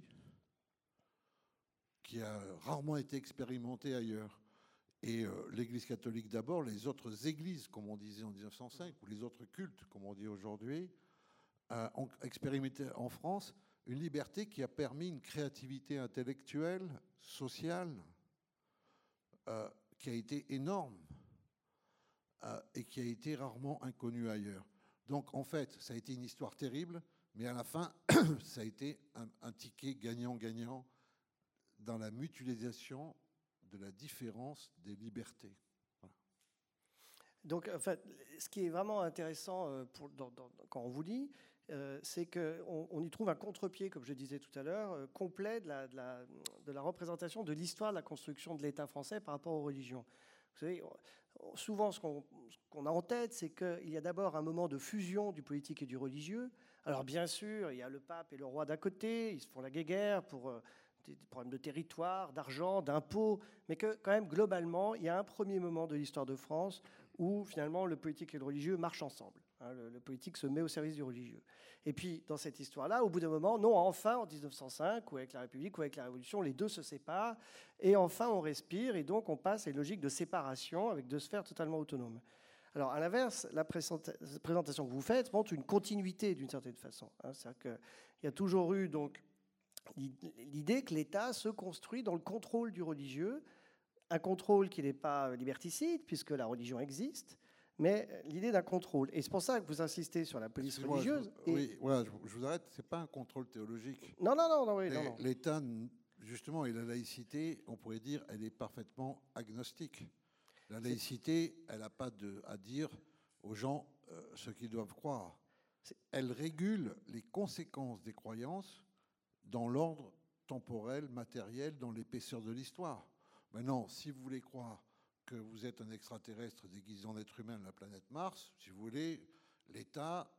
[SPEAKER 3] qui a rarement été expérimentée ailleurs. Et euh, l'Église catholique d'abord, les autres églises, comme on disait en mille neuf cent cinq, ou les autres cultes, comme on dit aujourd'hui, euh, ont expérimenté en France une liberté qui a permis une créativité intellectuelle, sociale, euh, qui a été énorme euh, et qui a été rarement inconnue ailleurs. Donc, en fait, ça a été une histoire terrible, mais à la fin, ça a été un, un ticket gagnant-gagnant dans la mutualisation de la différence des libertés. Voilà.
[SPEAKER 2] Donc, en fait, ce qui est vraiment intéressant pour, dans, dans, quand on vous lit, euh, c'est qu'on on y trouve un contre-pied, comme je disais tout à l'heure, euh, complet de la, de, la, de la représentation de l'histoire de la construction de l'État français par rapport aux religions. Vous savez, souvent, ce qu'on qu'on a en tête, c'est qu'il y a d'abord un moment de fusion du politique et du religieux. Alors, bien sûr, il y a le pape et le roi d'un côté, ils se font la guéguerre pour euh, des problèmes de territoire, d'argent, d'impôts, mais que, quand même, globalement, il y a un premier moment de l'histoire de France où, finalement, le politique et le religieux marchent ensemble. Hein, le, le politique se met au service du religieux. Et puis, dans cette histoire-là, au bout d'un moment, non, enfin, en mille neuf cent cinq, ou avec la République, ou avec la Révolution, les deux se séparent, et enfin, on respire, et donc on passe à une logique de séparation avec deux sphères totalement autonomes. Alors, à l'inverse, la présentation que vous faites montre une continuité, d'une certaine façon. Hein, c'est-à-dire qu'il y a toujours eu, donc, l'idée que l'État se construit dans le contrôle du religieux, un contrôle qui n'est pas liberticide, puisque la religion existe, mais l'idée d'un contrôle. Et c'est pour ça que vous insistez sur la police religieuse.
[SPEAKER 3] Je, et... Oui, voilà, je, je vous arrête, ce n'est pas un contrôle théologique.
[SPEAKER 2] Non, non, non, non, oui, non, non.
[SPEAKER 3] L'État, justement, et la laïcité, on pourrait dire, elle est parfaitement agnostique. La laïcité, elle n'a pas de, à dire aux gens euh, ce qu'ils doivent croire. Elle régule les conséquences des croyances dans l'ordre temporel, matériel, dans l'épaisseur de l'histoire. Maintenant, si vous voulez croire que vous êtes un extraterrestre déguisé en être humain de la planète Mars, si vous voulez, l'État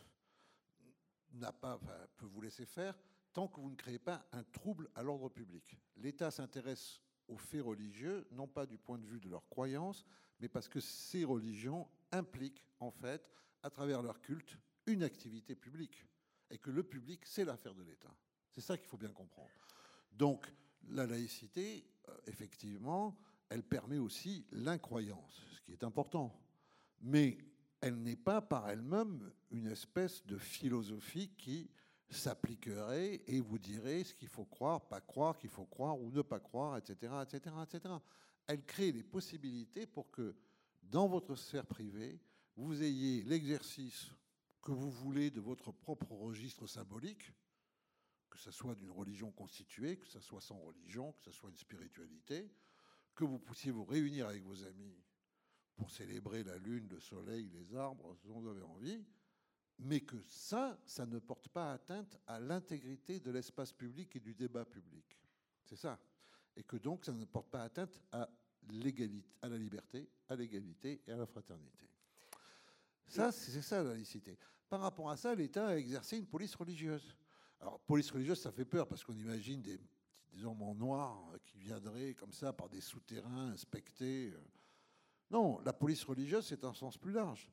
[SPEAKER 3] n'a pas, enfin, peut vous laisser faire tant que vous ne créez pas un trouble à l'ordre public. L'État s'intéresse aux faits religieux, non pas du point de vue de leurs croyances, mais parce que ces religions impliquent, en fait, à travers leur culte, une activité publique. Et que le public, c'est l'affaire de l'État. C'est ça qu'il faut bien comprendre. Donc, la laïcité, euh, effectivement, elle permet aussi l'incroyance, ce qui est important. Mais elle n'est pas par elle-même une espèce de philosophie qui s'appliquerait et vous dirait ce qu'il faut croire, pas croire, qu'il faut croire ou ne pas croire, et cetera, et cetera, et cetera. Elle crée les possibilités pour que, dans votre sphère privée, vous ayez l'exercice que vous voulez de votre propre registre symbolique, que ce soit d'une religion constituée, que ce soit sans religion, que ce soit une spiritualité, que vous puissiez vous réunir avec vos amis pour célébrer la lune, le soleil, les arbres, ce dont vous avez envie, mais que ça, ça ne porte pas atteinte à l'intégrité de l'espace public et du débat public. C'est ça. Et que donc, ça ne porte pas atteinte à l'égalité, à la liberté, à l'égalité et à la fraternité. Ça, c'est ça la laïcité. Par rapport à ça, l'État a exercé une police religieuse. Alors, police religieuse, ça fait peur parce qu'on imagine des, des hommes en noir qui viendraient comme ça par des souterrains inspecter. Non, la police religieuse, c'est un sens plus large.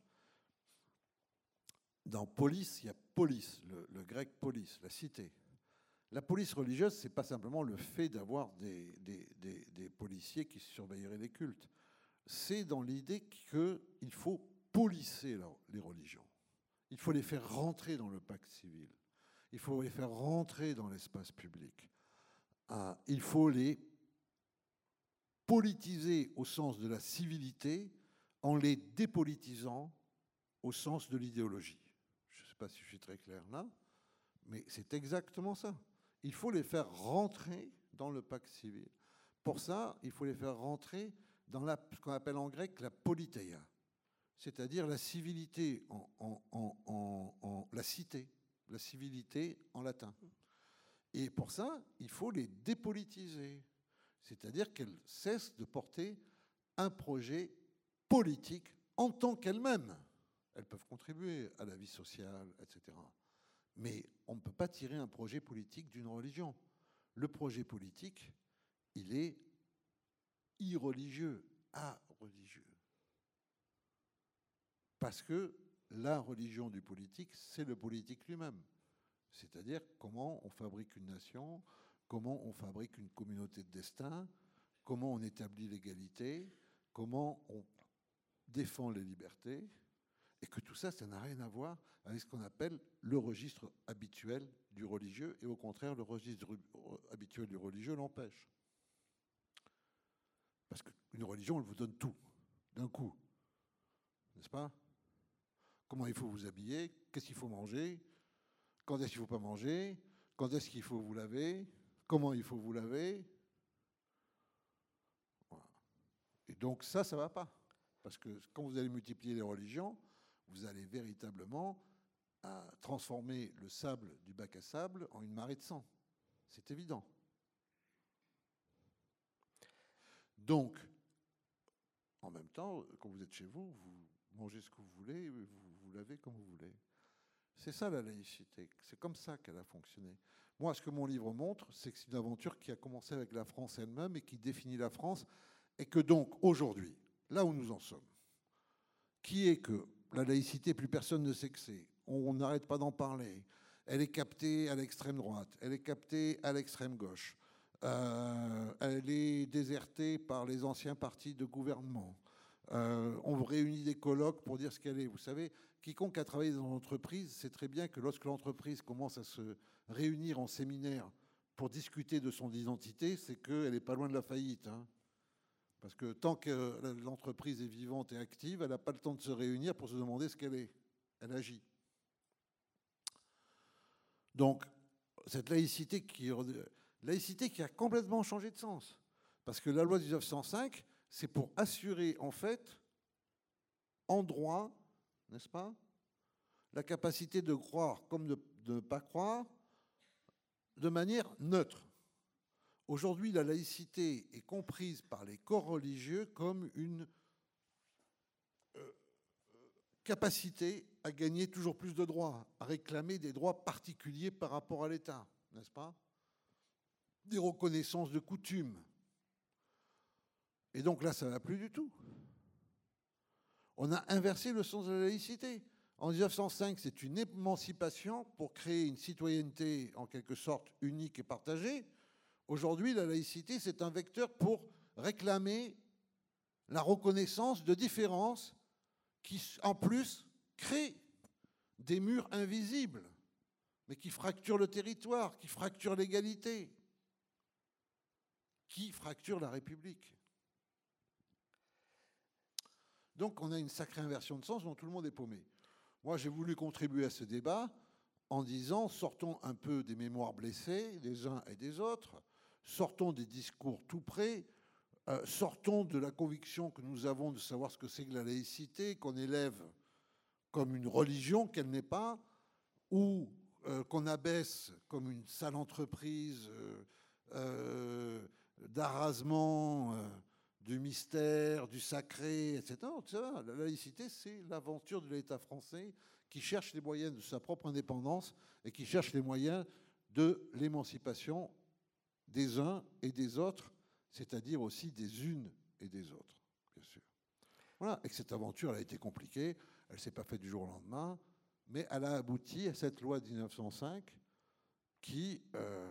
[SPEAKER 3] Dans police, il y a police, le, le grec police, la cité. La police religieuse, ce n'est pas simplement le fait d'avoir des, des, des, des policiers qui surveilleraient les cultes. C'est dans l'idée qu'il faut policer les religions. Il faut les faire rentrer dans le pacte civil. Il faut les faire rentrer dans l'espace public. Ah, il faut les politiser au sens de la civilité en les dépolitisant au sens de l'idéologie. Je ne sais pas si je suis très clair là, mais c'est exactement ça. Il faut les faire rentrer dans le pacte civil. Pour ça, il faut les faire rentrer dans la, ce qu'on appelle en grec la politeia, c'est-à-dire la civilité en, en, en, en, en la cité, la civilité en latin. Et pour ça, il faut les dépolitiser, c'est-à-dire qu'elles cessent de porter un projet politique en tant qu'elles-mêmes. Elles peuvent contribuer à la vie sociale, et cetera. Mais on ne peut pas tirer un projet politique d'une religion. Le projet politique, il est irreligieux, areligieux. Parce que la religion du politique, c'est le politique lui-même. C'est-à-dire comment on fabrique une nation, comment on fabrique une communauté de destin, comment on établit l'égalité, comment on défend les libertés, et que tout ça, ça n'a rien à voir avec ce qu'on appelle le registre habituel du religieux, et au contraire, le registre habituel du religieux l'empêche. Parce qu'une religion, elle vous donne tout, d'un coup, n'est-ce pas? Comment il faut vous habiller, qu'est-ce qu'il faut manger, quand est-ce qu'il ne faut pas manger, quand est-ce qu'il faut vous laver, comment il faut vous laver. Voilà. Et donc ça, ça ne va pas. Parce que quand vous allez multiplier les religions, vous allez véritablement à transformer le sable du bac à sable en une marée de sang. C'est évident. Donc, en même temps, quand vous êtes chez vous, vous mangez ce que vous voulez, vous vous lavez comme vous voulez. C'est ça la laïcité. C'est comme ça qu'elle a fonctionné. Moi, ce que mon livre montre, c'est que c'est une aventure qui a commencé avec la France elle-même et qui définit la France, et que donc, aujourd'hui, là où nous en sommes, qui est que la laïcité, plus personne ne sait que c'est. On n'arrête pas d'en parler. Elle est captée à l'extrême droite, elle est captée à l'extrême gauche. Euh, elle est désertée par les anciens partis de gouvernement. Euh, on réunit des colloques pour dire ce qu'elle est. Vous savez, quiconque a travaillé dans l'entreprise sait très bien que lorsque l'entreprise commence à se réunir en séminaire pour discuter de son identité, c'est qu'elle n'est pas loin de la faillite. Hein. Parce que tant que l'entreprise est vivante et active, elle n'a pas le temps de se réunir pour se demander ce qu'elle est. Elle agit. Donc, cette laïcité qui, laïcité qui a complètement changé de sens. Parce que la loi de dix-neuf cent cinq, c'est pour assurer, en fait, en droit, n'est-ce pas, la capacité de croire comme de, de ne pas croire, de manière neutre. Aujourd'hui, la laïcité est comprise par les corps religieux comme une euh, capacité à gagner toujours plus de droits, à réclamer des droits particuliers par rapport à l'État, n'est-ce pas? Des reconnaissances de coutumes. Et donc là, ça ne va plus du tout. On a inversé le sens de la laïcité. En dix-neuf cent cinq, c'est une émancipation pour créer une citoyenneté en quelque sorte unique et partagée. Aujourd'hui, la laïcité, c'est un vecteur pour réclamer la reconnaissance de différences qui, en plus, créent des murs invisibles, mais qui fracturent le territoire, qui fracturent l'égalité, qui fracturent la République. Donc, on a une sacrée inversion de sens dont tout le monde est paumé. Moi, j'ai voulu contribuer à ce débat en disant, sortons un peu des mémoires blessées, des uns et des autres, sortons des discours tout près, euh, sortons de la conviction que nous avons de savoir ce que c'est que la laïcité, qu'on élève comme une religion qu'elle n'est pas, ou euh, qu'on abaisse comme une sale entreprise euh, euh, d'arrasement euh, du mystère, du sacré, et cetera. Non, ça, la laïcité, c'est l'aventure de l'État français qui cherche les moyens de sa propre indépendance et qui cherche les moyens de l'émancipation des uns et des autres, c'est-à-dire aussi des unes et des autres, bien sûr. Voilà, et que cette aventure, elle a été compliquée, elle ne s'est pas faite du jour au lendemain, mais elle a abouti à cette loi de mille neuf cent cinq qui euh,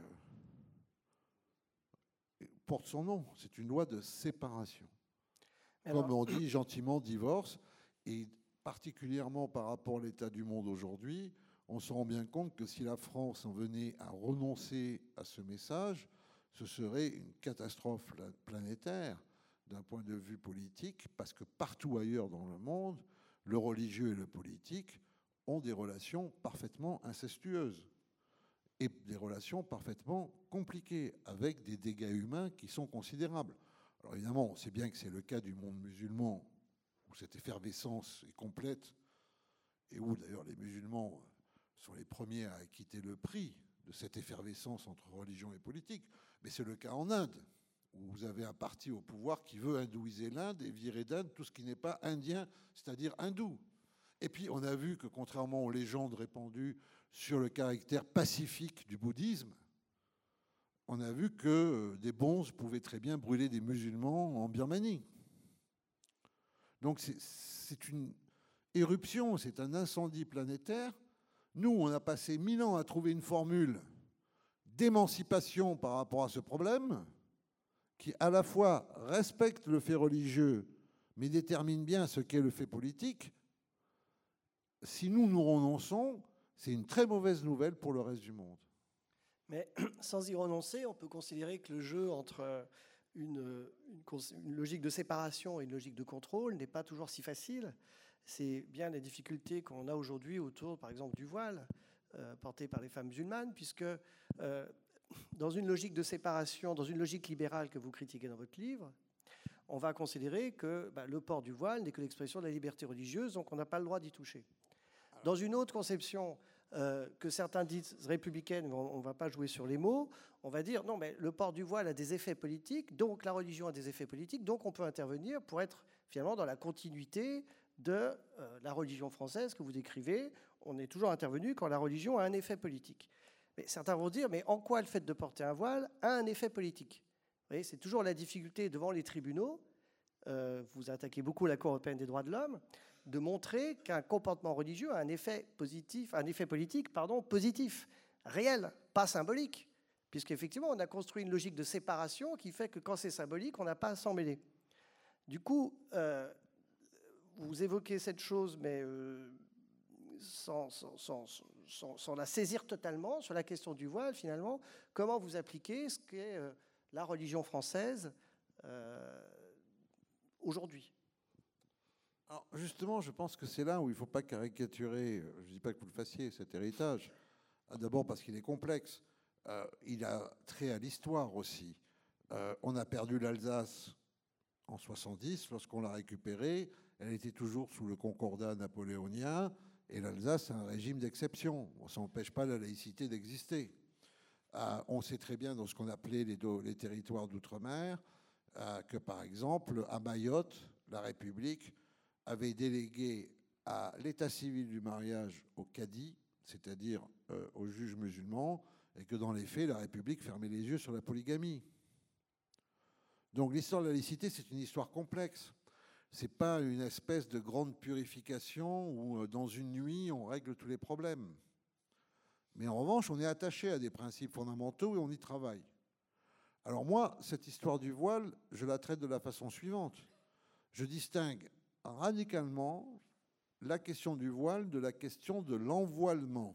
[SPEAKER 3] porte son nom. C'est une loi de séparation. Alors, comme on dit gentiment, divorce, et particulièrement par rapport à l'état du monde aujourd'hui, on se rend bien compte que si la France en venait à renoncer à ce message, ce serait une catastrophe planétaire d'un point de vue politique, parce que partout ailleurs dans le monde, le religieux et le politique ont des relations parfaitement incestueuses et des relations parfaitement compliquées, avec des dégâts humains qui sont considérables. Alors évidemment, on sait bien que c'est le cas du monde musulman, où cette effervescence est complète, et où d'ailleurs les musulmans sont les premiers à acquitter le prix de cette effervescence entre religion et politique. Mais c'est le cas en Inde, où vous avez un parti au pouvoir qui veut hindouiser l'Inde et virer d'Inde tout ce qui n'est pas indien, c'est-à-dire hindou. Et puis on a vu que, contrairement aux légendes répandues sur le caractère pacifique du bouddhisme, on a vu que des bonzes pouvaient très bien brûler des musulmans en Birmanie. Donc c'est une éruption, c'est un incendie planétaire. Nous, on a passé mille ans à trouver une formule d'émancipation par rapport à ce problème, qui à la fois respecte le fait religieux, mais détermine bien ce qu'est le fait politique. Si nous nous renonçons, c'est une très mauvaise nouvelle pour le reste du monde.
[SPEAKER 2] Mais sans y renoncer, on peut considérer que le jeu entre une, une, une logique de séparation et une logique de contrôle n'est pas toujours si facile. C'est bien les difficultés qu'on a aujourd'hui autour, par exemple, du voile euh, porté par les femmes musulmanes, puisque euh, dans une logique de séparation, dans une logique libérale que vous critiquez dans votre livre, on va considérer que bah, le port du voile n'est que l'expression de la liberté religieuse, donc on n'a pas le droit d'y toucher. Dans une autre conception euh, que certains disent républicaine, mais on ne va pas jouer sur les mots, on va dire non, mais le port du voile a des effets politiques, donc la religion a des effets politiques, donc on peut intervenir pour être finalement dans la continuité de euh, la religion française que vous décrivez. On est toujours intervenu quand la religion a un effet politique. Mais certains vont dire, mais en quoi le fait de porter un voile a un effet politique ? Vous voyez, c'est toujours la difficulté devant les tribunaux, euh, vous attaquez beaucoup la Cour européenne des droits de l'homme, de montrer qu'un comportement religieux a un effet positif, un effet politique, pardon, positif, réel, pas symbolique, puisqu'effectivement on a construit une logique de séparation qui fait que quand c'est symbolique, on n'a pas à s'en mêler. Du coup, euh, vous évoquez cette chose, mais euh, sans, sans, sans, sans, sans la saisir totalement sur la question du voile, finalement, comment vous appliquez ce qu'est euh, la religion française euh, aujourd'hui ?
[SPEAKER 3] Alors justement, je pense que c'est là où il ne faut pas caricaturer, je ne dis pas que vous le fassiez, cet héritage, d'abord parce qu'il est complexe, euh, il a trait à l'histoire aussi. Euh, on a perdu l'Alsace en soixante-dix, lorsqu'on l'a récupérée, elle était toujours sous le concordat napoléonien, et l'Alsace a un régime d'exception, ça n'empêche pas la laïcité d'exister. Euh, on sait très bien dans ce qu'on appelait les, do, les territoires d'outre-mer, euh, que par exemple, à Mayotte, la République avait délégué à l'état civil du mariage au cadi, c'est-à-dire euh, aux juges musulmans, et que dans les faits, la République fermait les yeux sur la polygamie. Donc l'histoire de la laïcité, c'est une histoire complexe. Ce n'est pas une espèce de grande purification où, dans une nuit, on règle tous les problèmes. Mais en revanche, on est attaché à des principes fondamentaux et on y travaille. Alors moi, cette histoire du voile, je la traite de la façon suivante. Je distingue radicalement la question du voile de la question de l'envoilement.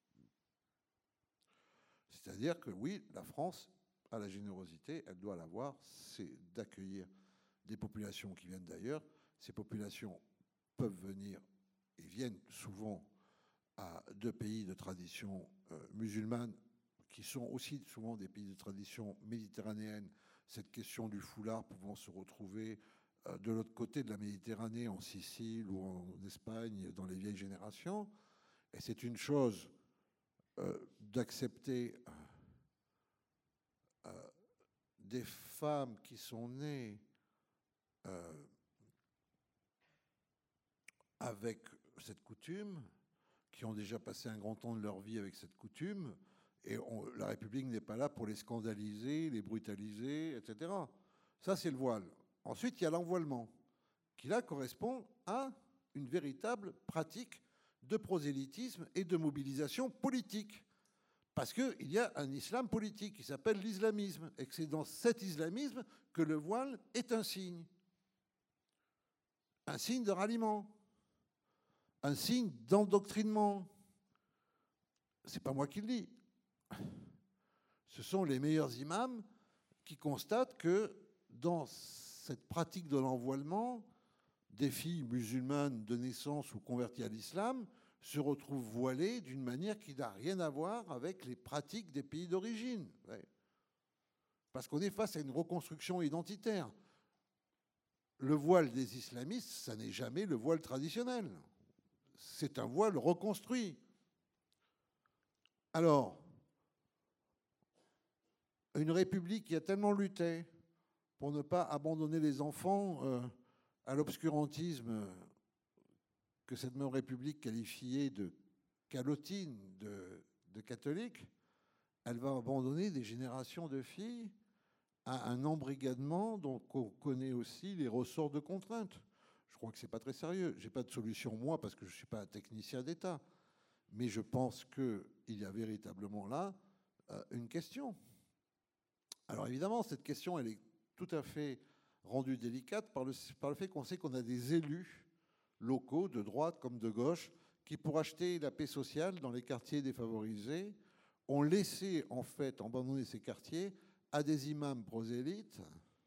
[SPEAKER 3] C'est-à-dire que oui, la France a la générosité, elle doit l'avoir, c'est d'accueillir des populations qui viennent d'ailleurs. Ces populations peuvent venir et viennent souvent à deux pays de tradition euh, musulmane, qui sont aussi souvent des pays de tradition méditerranéenne, cette question du foulard pouvant se retrouver euh, de l'autre côté de la Méditerranée, en Sicile ou en Espagne, dans les vieilles générations. Et c'est une chose euh, d'accepter euh, euh, des femmes qui sont nées euh, avec cette coutume, qui ont déjà passé un grand temps de leur vie avec cette coutume, et on, la République n'est pas là pour les scandaliser, les brutaliser, et cetera. Ça, c'est le voile. Ensuite, il y a l'envoilement, qui là correspond à une véritable pratique de prosélytisme et de mobilisation politique. Parce qu'il y a un islam politique qui s'appelle l'islamisme, et que c'est dans cet islamisme que le voile est un signe. Un signe de ralliement, un signe d'endoctrinement. C'est pas moi qui le dis. Ce sont les meilleurs imams qui constatent que dans cette pratique de l'envoilement, des filles musulmanes de naissance ou converties à l'islam se retrouvent voilées d'une manière qui n'a rien à voir avec les pratiques des pays d'origine. Ouais. Parce qu'on est face à une reconstruction identitaire. Le voile des islamistes, ça n'est jamais le voile traditionnel. C'est un voile reconstruit. Alors, une république qui a tellement lutté pour ne pas abandonner les enfants euh, à l'obscurantisme que cette même république qualifiée de calotine, de, de catholique, elle va abandonner des générations de filles à un embrigadement dont on connaît aussi les ressorts de contraintes. Je crois que ce n'est pas très sérieux. Je n'ai pas de solution, moi, parce que je ne suis pas un technicien d'État. Mais je pense qu'il y a véritablement là euh, une question. Alors évidemment, cette question, elle est tout à fait rendue délicate par le, par le fait qu'on sait qu'on a des élus locaux, de droite comme de gauche, qui, pour acheter la paix sociale dans les quartiers défavorisés, ont laissé, en fait, abandonner ces quartiers à des imams prosélytes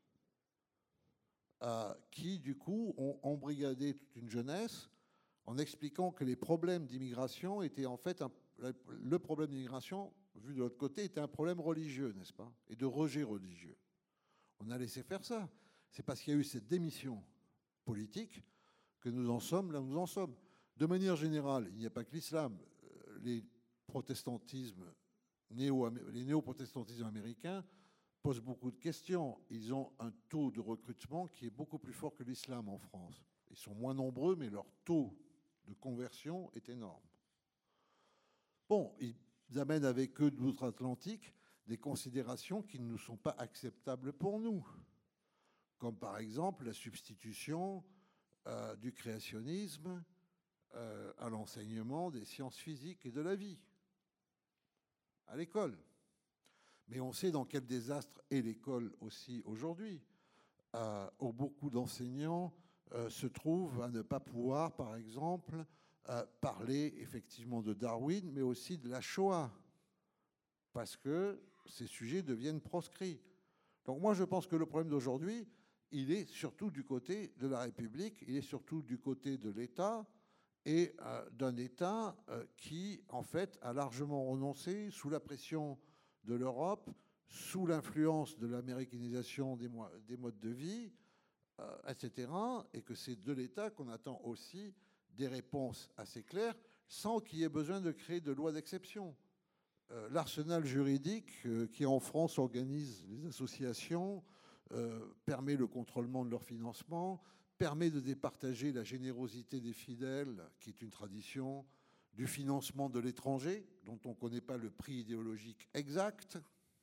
[SPEAKER 3] euh, qui, du coup, ont embrigadé toute une jeunesse en expliquant que les problèmes d'immigration étaient, en fait, un, le problème d'immigration, vu de l'autre côté, était un problème religieux, n'est-ce pas, et de rejet religieux. On a laissé faire ça. C'est parce qu'il y a eu cette démission politique que nous en sommes là où nous en sommes. De manière générale, il n'y a pas que l'islam. Les protestantismes, néo, les néo-protestantismes américains posent beaucoup de questions. Ils ont un taux de recrutement qui est beaucoup plus fort que l'islam en France. Ils sont moins nombreux, mais leur taux de conversion est énorme. Bon, ils amènent avec eux de l'outre-Atlantique des considérations qui ne nous sont pas acceptables pour nous, comme par exemple la substitution euh, du créationnisme euh, à l'enseignement des sciences physiques et de la vie à l'école. Mais on sait dans quel désastre est l'école aussi aujourd'hui, euh, où beaucoup d'enseignants euh, se trouvent à ne pas pouvoir, par exemple, euh, parler effectivement de Darwin, mais aussi de la Shoah, parce que ces sujets deviennent proscrits. Donc moi, je pense que le problème d'aujourd'hui, il est surtout du côté de la République, il est surtout du côté de l'État, et euh, d'un État euh, qui, en fait, a largement renoncé sous la pression de l'Europe, sous l'influence de l'américanisation des, des modes de vie, euh, et cetera, et que c'est de l'État qu'on attend aussi des réponses assez claires, sans qu'il y ait besoin de créer de lois d'exception. Euh, l'arsenal juridique euh, qui, en France, organise les associations, euh, permet le contrôlement de leur financement, permet de départager la générosité des fidèles, qui est une tradition, du financement de l'étranger, dont on ne connaît pas le prix idéologique exact.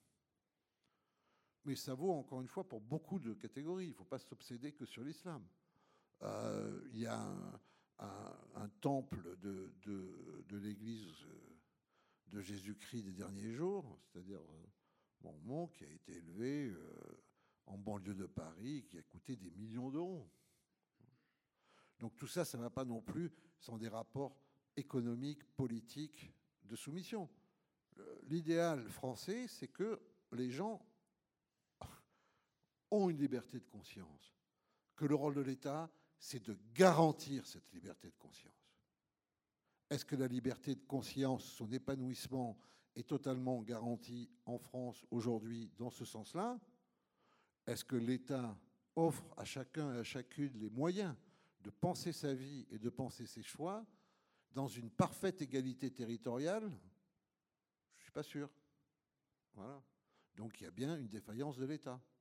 [SPEAKER 3] Mais ça vaut, encore une fois, pour beaucoup de catégories. Il ne faut pas s'obséder que sur l'islam. Euh, il y a un, un, un temple de, de, de l'Église de Jésus-Christ des derniers jours, c'est-à-dire Mormon, qui a été élevé euh, en banlieue de Paris, qui a coûté des millions d'euros. Donc tout ça, ça ne va pas non plus sans des rapports économiques, politiques, de soumission. L'idéal français, c'est que les gens ont une liberté de conscience, que le rôle de l'État, c'est de garantir cette liberté de conscience. Est-ce que la liberté de conscience, son épanouissement, est totalement garanti en France aujourd'hui dans ce sens-là? Est-ce que l'État offre à chacun et à chacune les moyens de penser sa vie et de penser ses choix dans une parfaite égalité territoriale? Je ne suis pas sûr. Voilà. Donc il y a bien une défaillance de l'État.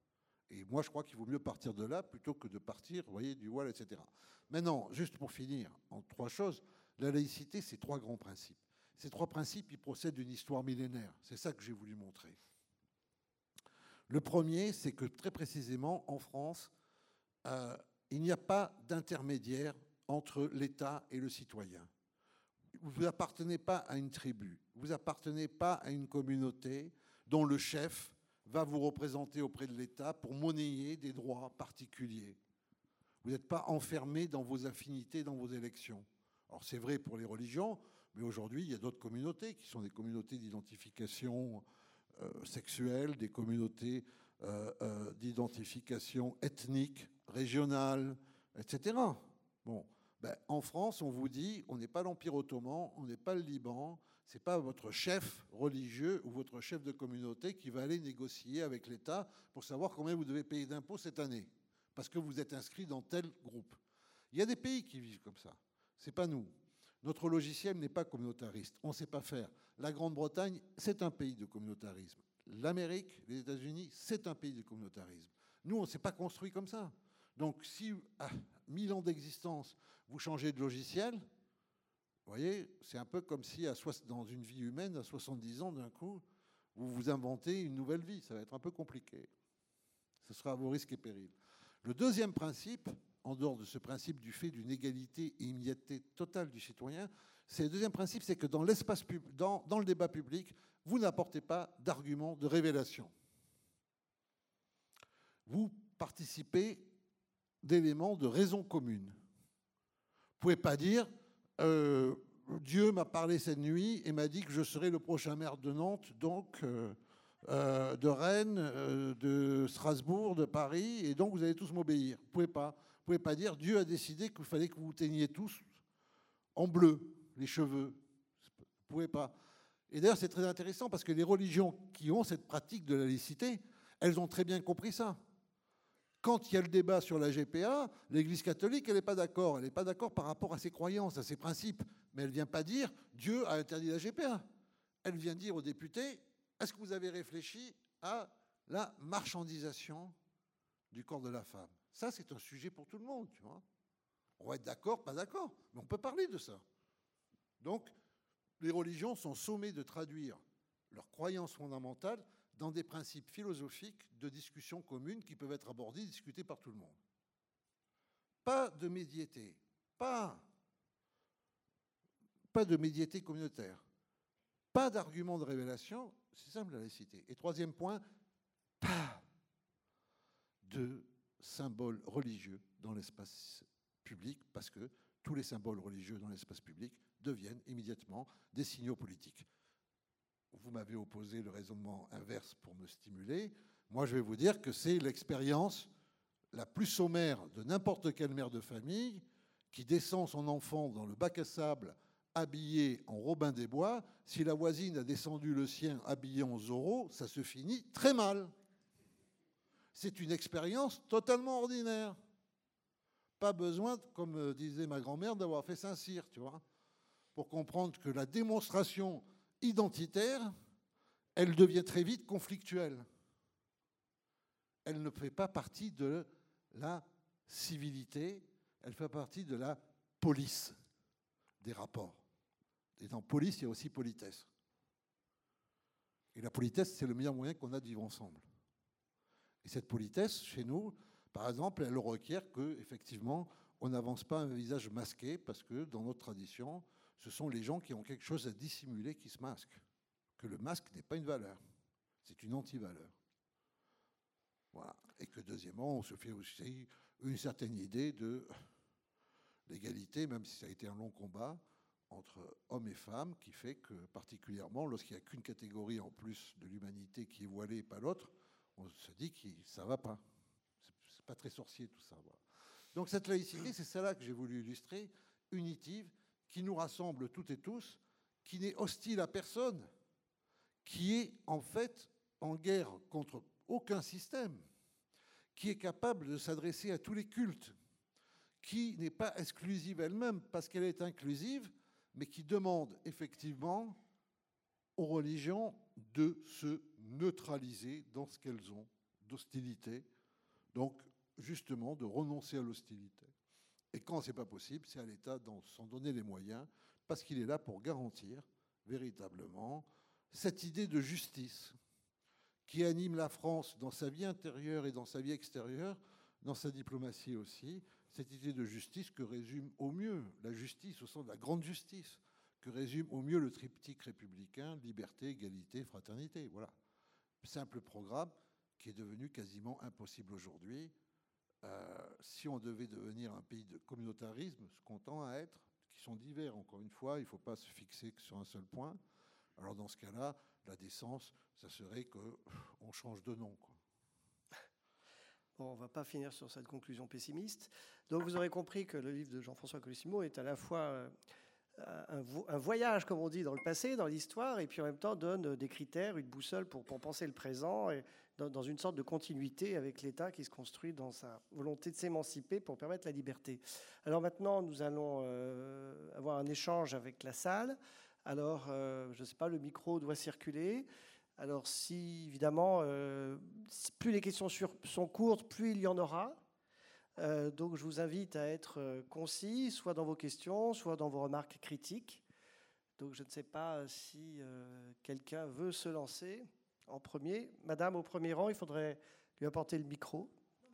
[SPEAKER 3] Et moi, je crois qu'il vaut mieux partir de là plutôt que de partir, vous voyez, du voile, et cetera. Maintenant, juste pour finir, en trois choses, la laïcité, c'est trois grands principes. Ces trois principes, ils procèdent d'une histoire millénaire. C'est ça que j'ai voulu montrer. Le premier, c'est que très précisément, en France, euh, il n'y a pas d'intermédiaire entre l'État et le citoyen. Vous n'appartenez pas à une tribu, vous n'appartenez pas à une communauté dont le chef va vous représenter auprès de l'État pour monnayer des droits particuliers. Vous n'êtes pas enfermé dans vos affinités, dans vos élections. Alors c'est vrai pour les religions, mais aujourd'hui, il y a d'autres communautés qui sont des communautés d'identification euh, sexuelle, des communautés euh, euh, d'identification ethnique, régionale, et cetera. Bon, ben, en France, on vous dit, on n'est pas l'Empire ottoman, on n'est pas le Liban, ce n'est pas votre chef religieux ou votre chef de communauté qui va aller négocier avec l'État pour savoir combien vous devez payer d'impôts cette année, parce que vous êtes inscrit dans tel groupe. Il y a des pays qui vivent comme ça, ce n'est pas nous. Notre logiciel n'est pas communautariste, on ne sait pas faire. La Grande-Bretagne, c'est un pays de communautarisme. L'Amérique, les États-Unis, c'est un pays de communautarisme. Nous, on ne s'est pas construit comme ça. Donc, si à mille ans d'existence, vous changez de logiciel, vous voyez, c'est un peu comme si à so- dans une vie humaine, à soixante-dix ans, d'un coup, vous vous inventez une nouvelle vie. Ça va être un peu compliqué. Ce sera à vos risques et périls. Le deuxième principe, en dehors de ce principe du fait d'une égalité et immédiateté totale du citoyen, c'est le deuxième principe, c'est que dans l'espace pub- dans, dans le débat public, vous n'apportez pas d'arguments de révélation. Vous participez d'éléments de raison commune. Vous ne pouvez pas dire euh, Dieu m'a parlé cette nuit et m'a dit que je serai le prochain maire de Nantes, donc euh, euh, de Rennes, euh, de Strasbourg, de Paris, et donc vous allez tous m'obéir. Vous ne pouvez pas. Vous ne pouvez pas dire Dieu a décidé qu'il fallait que vous vous teigniez tous en bleu, les cheveux. Vous ne pouvez pas. Et d'ailleurs, c'est très intéressant parce que les religions qui ont cette pratique de la laïcité, elles ont très bien compris ça. Quand il y a le débat sur la G P A, l'Église catholique, elle n'est pas d'accord. Elle n'est pas d'accord par rapport à ses croyances, à ses principes. Mais elle ne vient pas dire Dieu a interdit la G P A. Elle vient dire aux députés, est-ce que vous avez réfléchi à la marchandisation du corps de la femme? Ça, c'est un sujet pour tout le monde, tu vois. On va être d'accord, pas d'accord, mais on peut parler de ça. Donc, les religions sont sommées de traduire leurs croyances fondamentales dans des principes philosophiques de discussion commune qui peuvent être abordés et discutés par tout le monde. Pas de médiété, pas, pas de médiété communautaire, pas d'argument de révélation, c'est simple la laïcité. Et troisième point, pas de symboles religieux dans l'espace public, parce que tous les symboles religieux dans l'espace public deviennent immédiatement des signaux politiques. Vous m'avez opposé le raisonnement inverse pour me stimuler. Moi, je vais vous dire que c'est l'expérience la plus sommaire de n'importe quelle mère de famille qui descend son enfant dans le bac à sable habillé en Robin des Bois. Si la voisine a descendu le sien habillé en Zorro, ça se finit très mal. C'est une expérience totalement ordinaire. Pas besoin, comme disait ma grand-mère, d'avoir fait Saint-Cyr, tu vois, pour comprendre que la démonstration identitaire, elle devient très vite conflictuelle. Elle ne fait pas partie de la civilité, elle fait partie de la police des rapports. Et dans police, il y a aussi politesse. Et la politesse, c'est le meilleur moyen qu'on a de vivre ensemble. Et cette politesse, chez nous, par exemple, elle requiert qu'effectivement, on n'avance pas un visage masqué, parce que dans notre tradition, ce sont les gens qui ont quelque chose à dissimuler qui se masquent. Que le masque n'est pas une valeur, c'est une anti-valeur. Voilà. Et que deuxièmement, on se fait aussi une certaine idée de l'égalité, même si ça a été un long combat, entre hommes et femmes, qui fait que particulièrement, lorsqu'il n'y a qu'une catégorie en plus de l'humanité qui est voilée et pas l'autre, on se dit que ça ne va pas. C'est pas très sorcier tout ça. Voilà. Donc cette laïcité, c'est celle-là que j'ai voulu illustrer, unitive, qui nous rassemble toutes et tous, qui n'est hostile à personne, qui est en fait en guerre contre aucun système, qui est capable de s'adresser à tous les cultes, qui n'est pas exclusive elle-même parce qu'elle est inclusive, mais qui demande effectivement aux religions de se neutraliser dans ce qu'elles ont d'hostilité Donc, justement, de renoncer à l'hostilité. Et quand ce n'est pas possible, c'est à l'État d'en s'en donner les moyens, parce qu'il est là pour garantir véritablement cette idée de justice qui anime la France dans sa vie intérieure et dans sa vie extérieure, dans sa diplomatie aussi, cette idée de justice que résume au mieux la justice, au sens de la grande justice, que résume au mieux le triptyque républicain, liberté, égalité, fraternité. Voilà. Simple programme qui est devenu quasiment impossible aujourd'hui. Euh, si on devait devenir un pays de communautarisme, ce qu'on tend à être, qui sont divers, encore une fois, il ne faut pas se fixer que sur un seul point. Alors dans ce cas-là, la décence, ça serait qu'on change de nom, quoi.
[SPEAKER 2] Bon, on ne va pas finir sur cette conclusion pessimiste. Donc vous aurez compris que le livre de Jean-François Colosimo est à la fois un, vo un voyage, comme on dit, dans le passé, dans l'histoire, et puis en même temps donne des critères, une boussole pour, pour penser le présent, et dans, dans une sorte de continuité avec l'État qui se construit dans sa volonté de s'émanciper pour permettre la liberté. Alors maintenant, nous allons euh, avoir un échange avec la salle. Alors, euh, je ne sais pas, le micro doit circuler. Alors, si, évidemment, euh, plus les questions sur, sont courtes, plus il y en aura. Euh, donc, je vous invite à être concis, soit dans vos questions, soit dans vos remarques critiques. Donc, je ne sais pas si euh, quelqu'un veut se lancer en premier. Madame, au premier rang, il faudrait lui apporter le micro.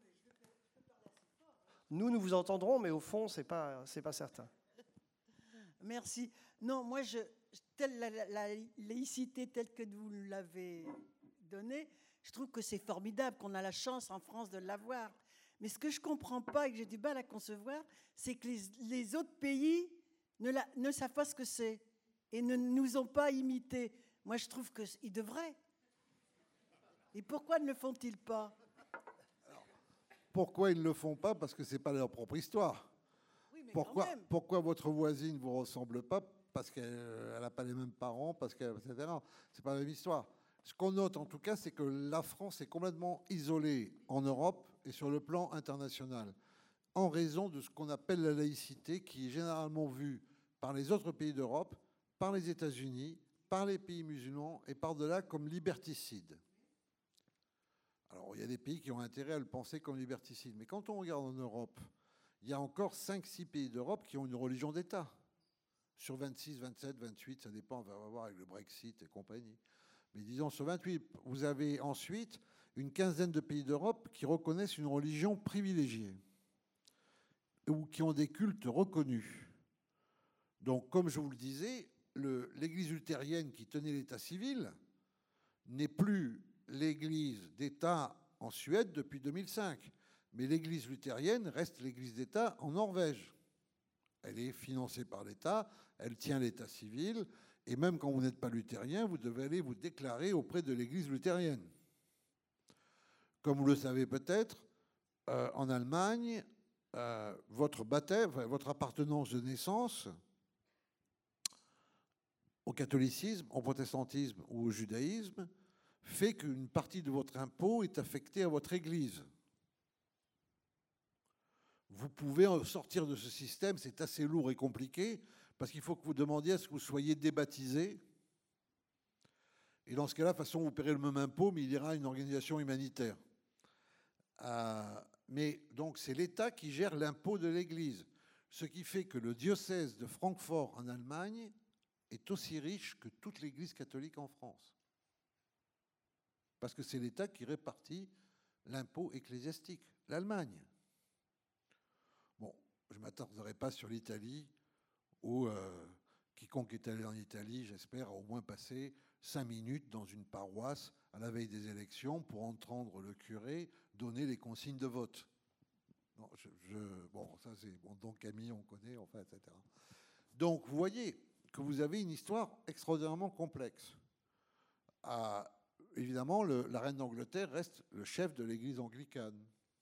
[SPEAKER 2] Nous, nous vous entendrons, mais au fond, ce n'est pas, c'est pas certain.
[SPEAKER 4] Merci. Non, moi, je, telle la, la, la laïcité telle que vous l'avez donnée, je trouve que c'est formidable, qu'on a la chance en France de l'avoir. Mais ce que je ne comprends pas et que j'ai du mal à concevoir, c'est que les, les autres pays ne, la, ne savent pas ce que c'est et ne nous ont pas imités. Moi, je trouve qu'ils devraient. Et pourquoi ne le font-ils pas?
[SPEAKER 3] Alors, pourquoi ils ne le font pas? Parce que ce n'est pas leur propre histoire.
[SPEAKER 4] Oui, mais
[SPEAKER 3] pourquoi,
[SPEAKER 4] quand même.
[SPEAKER 3] pourquoi votre voisine ne vous ressemble pas? Parce qu'elle n'a pas les mêmes parents, parce qu'elle, et cetera. Ce n'est pas la même histoire. Ce qu'on note en tout cas, c'est que la France est complètement isolée en Europe et sur le plan international, en raison de ce qu'on appelle la laïcité, qui est généralement vue par les autres pays d'Europe, par les États-Unis, par les pays musulmans et par-delà comme liberticide. Alors, il y a des pays qui ont intérêt à le penser comme liberticide. Mais quand on regarde en Europe, il y a encore cinq six pays d'Europe qui ont une religion d'État. Sur vingt-six, vingt-sept, vingt-huit, ça dépend, on va voir avec le Brexit et compagnie. Mais disons, sur vingt-huit, vous avez ensuite une quinzaine de pays d'Europe qui reconnaissent une religion privilégiée ou qui ont des cultes reconnus. Donc, comme je vous le disais, le, l'Église luthérienne qui tenait l'État civil n'est plus l'Église d'État en Suède depuis deux mille cinq. Mais l'Église luthérienne reste l'Église d'État en Norvège. Elle est financée par l'État, elle tient l'État civil, et même quand vous n'êtes pas luthérien, vous devez aller vous déclarer auprès de l'Église luthérienne. Comme vous le savez peut-être, euh, en Allemagne, euh, votre baptême, votre appartenance de naissance au catholicisme, au protestantisme ou au judaïsme fait qu'une partie de votre impôt est affectée à votre Église. Vous pouvez sortir de ce système, c'est assez lourd et compliqué, parce qu'il faut que vous demandiez à ce que vous soyez débaptisé. Et dans ce cas-là, de toute façon, vous paierez le même impôt, mais il ira à une organisation humanitaire. Euh, mais donc, c'est l'État qui gère l'impôt de l'Église, ce qui fait que le diocèse de Francfort en Allemagne est aussi riche que toute l'Église catholique en France. Parce que c'est l'État qui répartit l'impôt ecclésiastique, l'Allemagne. Bon, je ne m'attarderai pas sur l'Italie, où euh, quiconque est allé en Italie, j'espère, a au moins passé cinq minutes dans une paroisse à la veille des élections pour entendre le curé donner les consignes de vote. Non, je, je, bon, ça c'est bon, Don Camille, on connaît, enfin, et cetera. Donc, vous voyez que vous avez une histoire extraordinairement complexe. Ah, évidemment, le, la reine d'Angleterre reste le chef de l'Église anglicane.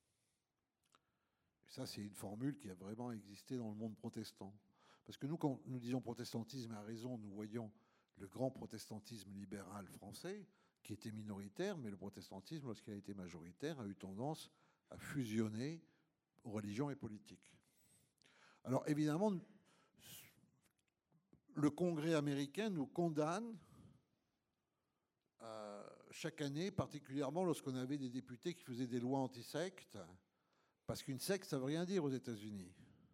[SPEAKER 3] Ça, c'est une formule qui a vraiment existé dans le monde protestant. Parce que nous, quand nous disons protestantisme, à raison, nous voyons le grand protestantisme libéral français, qui était minoritaire, mais le protestantisme, lorsqu'il a été majoritaire, a eu tendance à fusionner religion et politique. Alors, évidemment, le Congrès américain nous condamne, euh, chaque année, particulièrement lorsqu'on avait des députés qui faisaient des lois anti-sectes, parce qu'une secte, ça ne veut rien dire aux États-Unis.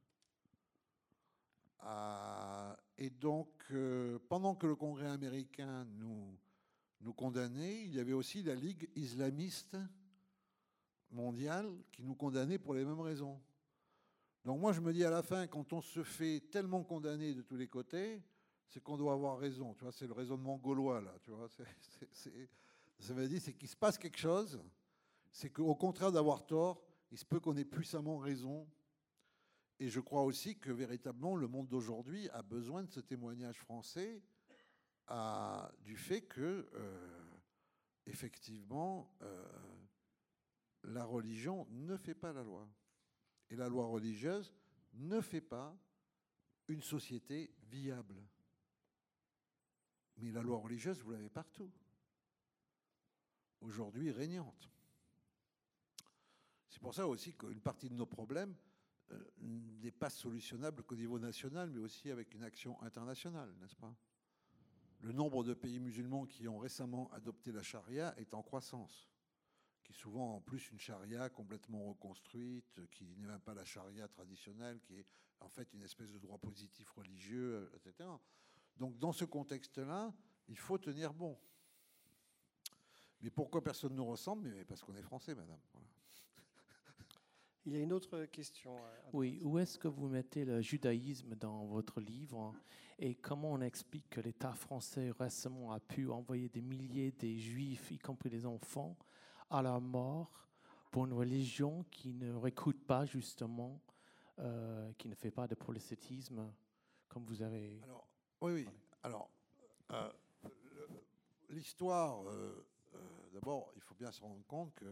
[SPEAKER 3] Euh, et donc, euh, pendant que le Congrès américain nous, nous condamnait, il y avait aussi la Ligue islamiste mondiale qui nous condamnait pour les mêmes raisons. Donc moi, je me dis à la fin, quand on se fait tellement condamner de tous les côtés, c'est qu'on doit avoir raison. Tu vois, c'est le raisonnement gaulois, là. Tu vois, c'est, c'est, c'est, ça veut dire c'est qu'il se passe quelque chose, c'est qu'au contraire d'avoir tort, il se peut qu'on ait puissamment raison. Et je crois aussi que véritablement, le monde d'aujourd'hui a besoin de ce témoignage français à, du fait que, euh, effectivement, euh, la religion ne fait pas la loi. Et la loi religieuse ne fait pas une société viable. Mais la loi religieuse, vous l'avez partout. Aujourd'hui, régnante. C'est pour ça aussi qu'une partie de nos problèmes euh, n'est pas solutionnable qu'au niveau national, mais aussi avec une action internationale, n'est-ce pas? Le nombre de pays musulmans qui ont récemment adopté la charia est en croissance, qui est souvent en plus une charia complètement reconstruite, qui n'est même pas la charia traditionnelle, qui est en fait une espèce de droit positif religieux, et cetera. Donc dans ce contexte-là, il faut tenir bon. Mais pourquoi personne ne nous ressemble? Mais parce qu'on est français, madame. Voilà.
[SPEAKER 2] Il y a une autre question.
[SPEAKER 5] Oui, où est-ce que vous mettez le judaïsme dans votre livre et comment on explique que l'État français récemment a pu envoyer des milliers de juifs, y compris les enfants, à la mort pour une religion qui ne réécoute pas justement, euh, qui ne fait pas de prosélytisme, comme vous avez...
[SPEAKER 3] Alors, oui, oui. Alors, euh, l'histoire, euh, euh, d'abord, il faut bien se rendre compte que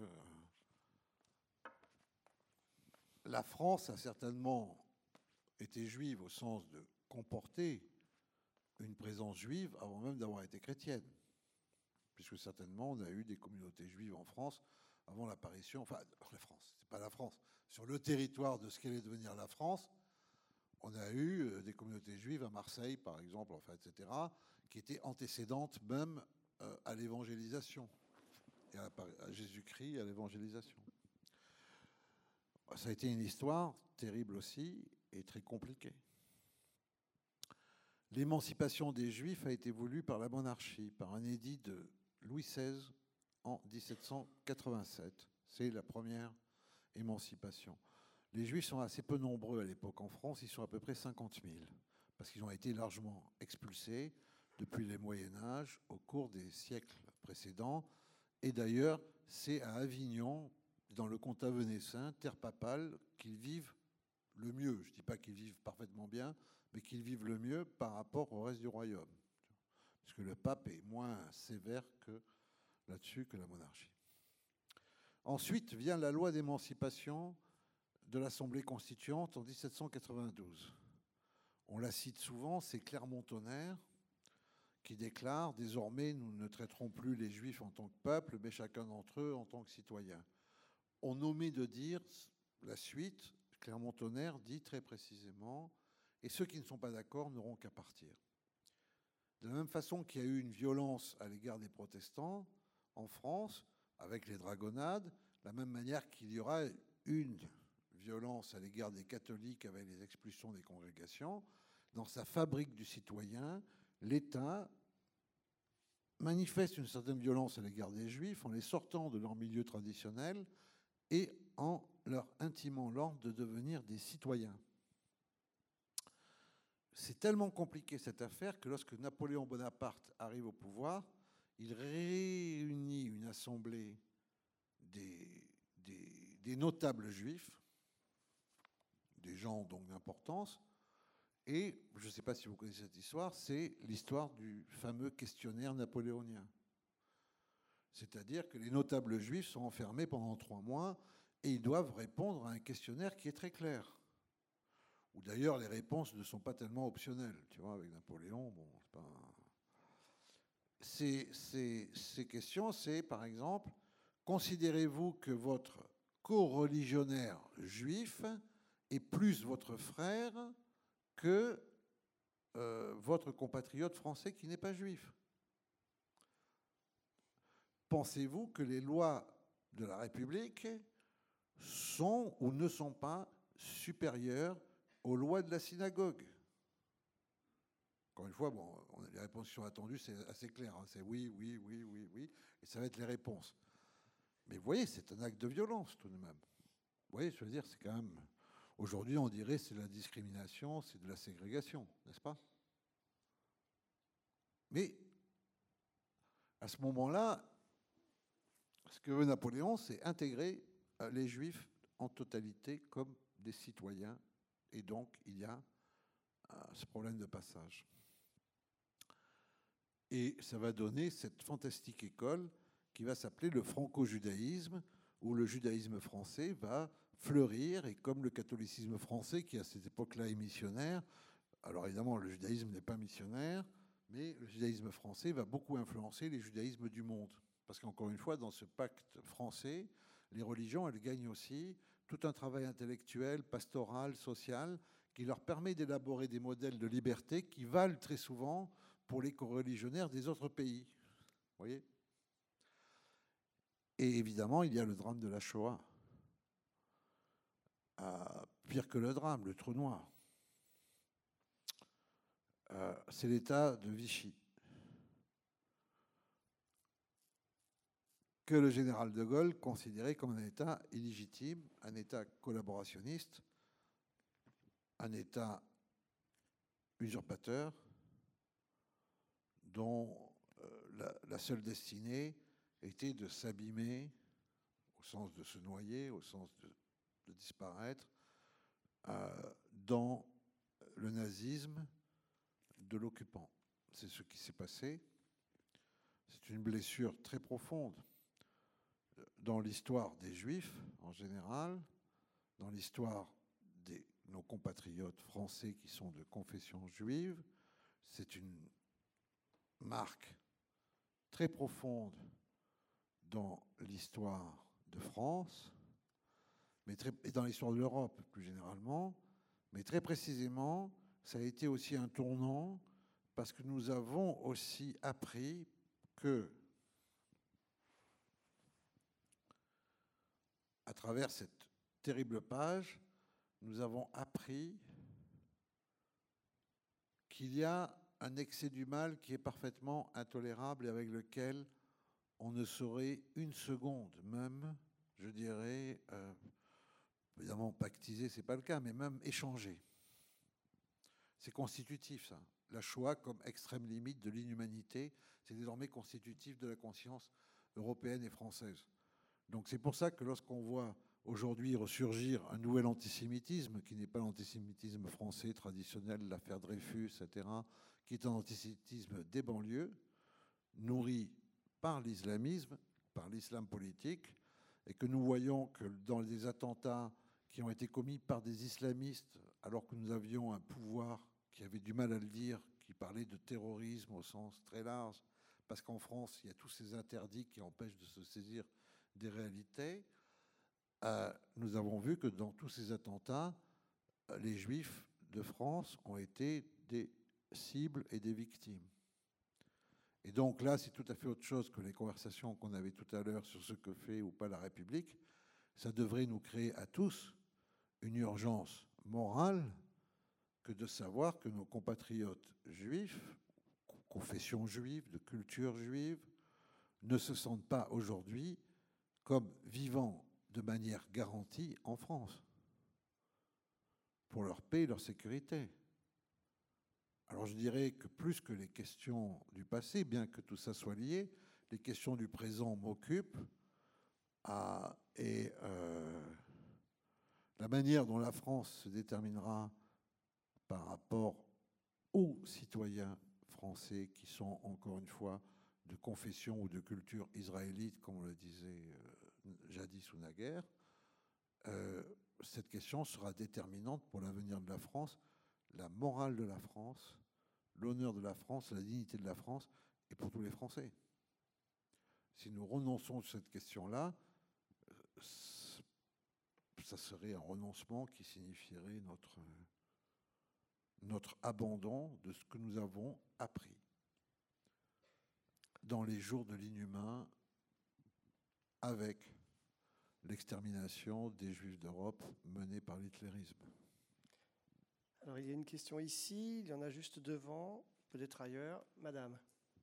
[SPEAKER 3] la France a certainement été juive au sens de comporter une présence juive avant même d'avoir été chrétienne. Puisque certainement on a eu des communautés juives en France avant l'apparition, enfin la France, c'est pas la France, sur le territoire de ce qu'allait devenir la France, on a eu des communautés juives à Marseille par exemple, enfin, et cetera, qui étaient antécédentes même euh, à l'évangélisation, et à, à Jésus-Christ, à l'évangélisation. Ça a été une histoire terrible aussi et très compliquée. L'émancipation des Juifs a été voulue par la monarchie, par un édit de Louis seize en dix-sept cent quatre-vingt-sept. C'est la première émancipation. Les Juifs sont assez peu nombreux à l'époque en France, ils sont à peu près cinquante mille, parce qu'ils ont été largement expulsés depuis le Moyen-Âge au cours des siècles précédents. Et d'ailleurs, c'est à Avignon, dans le comtat venessin, terre papale, qu'ils vivent le mieux. Je ne dis pas qu'ils vivent parfaitement bien, mais qu'ils vivent le mieux par rapport au reste du royaume. Parce que le pape est moins sévère que là-dessus que la monarchie. Ensuite vient la loi d'émancipation de l'Assemblée constituante en dix-sept cent quatre-vingt-douze. On la cite souvent, c'est Clermont-Tonnerre qui déclare « Désormais, nous ne traiterons plus les Juifs en tant que peuple, mais chacun d'entre eux en tant que citoyen ». On omet de dire la suite. Clermont-Tonnerre dit très précisément « Et ceux qui ne sont pas d'accord n'auront qu'à partir ». De la même façon qu'il y a eu une violence à l'égard des protestants en France, avec les dragonnades, de la même manière qu'il y aura une violence à l'égard des catholiques avec les expulsions des congrégations, dans sa fabrique du citoyen, l'État manifeste une certaine violence à l'égard des Juifs en les sortant de leur milieu traditionnel et en leur intimant l'ordre de devenir des citoyens. C'est tellement compliqué cette affaire que lorsque Napoléon Bonaparte arrive au pouvoir, il réunit une assemblée des, des, des notables juifs, des gens donc d'importance, et je ne sais pas si vous connaissez cette histoire, c'est l'histoire du fameux questionnaire napoléonien. C'est-à-dire que les notables juifs sont enfermés pendant trois mois et ils doivent répondre à un questionnaire qui est très clair. Ou d'ailleurs, les réponses ne sont pas tellement optionnelles. Tu vois, avec Napoléon, bon, c'est pas... Ces, ces, ces questions, c'est par exemple, considérez-vous que votre co-religionnaire juif est plus votre frère que euh, votre compatriote français qui n'est pas juif? pensez-vous que les lois de la République sont ou ne sont pas supérieures aux lois de la synagogue? Encore une fois, bon, on a les réponses qui sont attendues, c'est assez clair. Hein, c'est oui, oui, oui, oui, oui. Et ça va être les réponses. Mais vous voyez, c'est un acte de violence tout de même. Vous voyez, je veux dire, c'est quand même... Aujourd'hui, on dirait c'est de la discrimination, c'est de la ségrégation, n'est-ce pas? Mais à ce moment-là, ce que veut Napoléon, c'est intégrer les Juifs en totalité comme des citoyens. Et donc, il y a ce problème de passage. Et ça va donner cette fantastique école qui va s'appeler le franco-judaïsme, où le judaïsme français va fleurir, et comme le catholicisme français, qui à cette époque-là est missionnaire, alors évidemment le judaïsme n'est pas missionnaire, mais le judaïsme français va beaucoup influencer les judaïsmes du monde. Parce qu'encore une fois, dans ce pacte français, les religions, elles gagnent aussi tout un travail intellectuel, pastoral, social, qui leur permet d'élaborer des modèles de liberté qui valent très souvent pour les coreligionnaires des autres pays. Vous voyez ? Et évidemment, il y a le drame de la Shoah. Euh, pire que le drame, le trou noir. Euh, c'est l'État de Vichy, que le général de Gaulle considérait comme un État illégitime, un État collaborationniste, un État usurpateur, dont euh, la, la seule destinée était de s'abîmer, au sens de se noyer, au sens de, de disparaître, euh, dans le nazisme de l'occupant. C'est ce qui s'est passé. C'est une blessure très profonde dans l'histoire des Juifs en général, dans l'histoire de nos compatriotes français qui sont de confession juive. C'est une marque très profonde dans l'histoire de France, mais très, et dans l'histoire de l'Europe plus généralement, mais très précisément, ça a été aussi un tournant parce que nous avons aussi appris que, à travers cette terrible page, nous avons appris qu'il y a un excès du mal qui est parfaitement intolérable et avec lequel on ne saurait une seconde même, je dirais, euh, évidemment pactiser, c'est pas le cas, mais même échanger. C'est constitutif, ça. La Shoah comme extrême limite de l'inhumanité, c'est désormais constitutif de la conscience européenne et française. Donc c'est pour ça que lorsqu'on voit aujourd'hui ressurgir un nouvel antisémitisme, qui n'est pas l'antisémitisme français traditionnel, l'affaire Dreyfus, et cetera, qui est un antisémitisme des banlieues, nourri par l'islamisme, par l'islam politique, et que nous voyons que dans les attentats qui ont été commis par des islamistes, alors que nous avions un pouvoir qui avait du mal à le dire, qui parlait de terrorisme au sens très large, parce qu'en France, il y a tous ces interdits qui empêchent de se saisir des réalités, euh, nous avons vu que dans tous ces attentats, les Juifs de France ont été des cibles et des victimes. Et donc là, c'est tout à fait autre chose que les conversations qu'on avait tout à l'heure sur ce que fait ou pas la République. Ça devrait nous créer à tous une urgence morale que de savoir que nos compatriotes juifs, confession juive, de culture juive, ne se sentent pas aujourd'hui comme vivant de manière garantie en France, pour leur paix et leur sécurité. Alors je dirais que plus que les questions du passé, bien que tout ça soit lié, les questions du présent m'occupent, à, et euh, la manière dont la France se déterminera par rapport aux citoyens français qui sont, encore une fois, de confession ou de culture israélite, comme on le disait euh, jadis ou naguère, euh, cette question sera déterminante pour l'avenir de la France, la morale de la France, l'honneur de la France, la dignité de la France, et pour tous les Français. Si nous renonçons à cette question-là, ça serait un renoncement qui signifierait notre, notre abandon de ce que nous avons appris dans les jours de l'inhumain avec l'extermination des Juifs d'Europe menée par l'hitlérisme.
[SPEAKER 2] Alors, il y a une question ici, il y en a juste devant, peut-être ailleurs. Madame.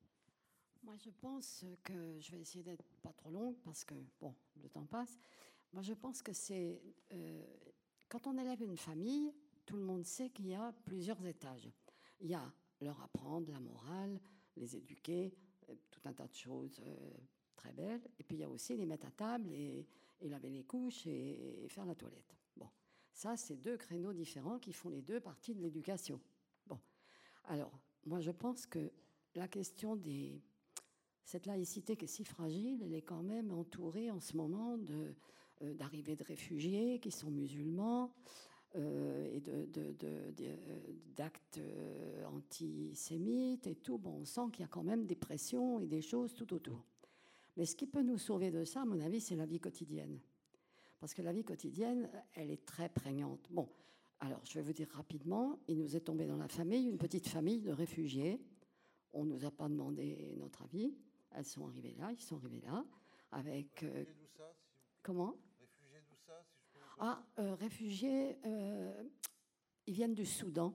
[SPEAKER 6] Moi, je pense que je vais essayer d'être pas trop longue parce que, bon, le temps passe. Moi, je pense que c'est... Euh, quand on élève une famille, tout le monde sait qu'il y a plusieurs étages. Il y a leur apprendre la morale, les éduquer, euh, tout un tas de choses euh, très belles. Et puis, il y a aussi les mettre à table et, et laver les couches et, et faire la toilette. Bon, ça, c'est deux créneaux différents qui font les deux parties de l'éducation. Bon, alors, moi, je pense que la question des... Cette laïcité qui est si fragile, elle est quand même entourée en ce moment de, euh, d'arrivées de réfugiés qui sont musulmans euh, et de, de, de, de, d'actes euh, antisémites et tout. Bon, on sent qu'il y a quand même des pressions et des choses tout autour. Mais ce qui peut nous sauver de ça, à mon avis, c'est la vie quotidienne. Parce que la vie quotidienne, elle est très prégnante. Bon, alors je vais vous dire rapidement, il nous est tombé dans la famille une petite famille de réfugiés. On ne nous a pas demandé notre avis. Elles sont arrivées là, ils sont arrivés là, avec... Euh,
[SPEAKER 3] Réfugiés d'où ça, si vous...
[SPEAKER 6] Comment ?
[SPEAKER 3] Réfugiés d'où ça, si je peux vous...
[SPEAKER 6] Ah, euh, réfugiés, euh, ils viennent du Soudan,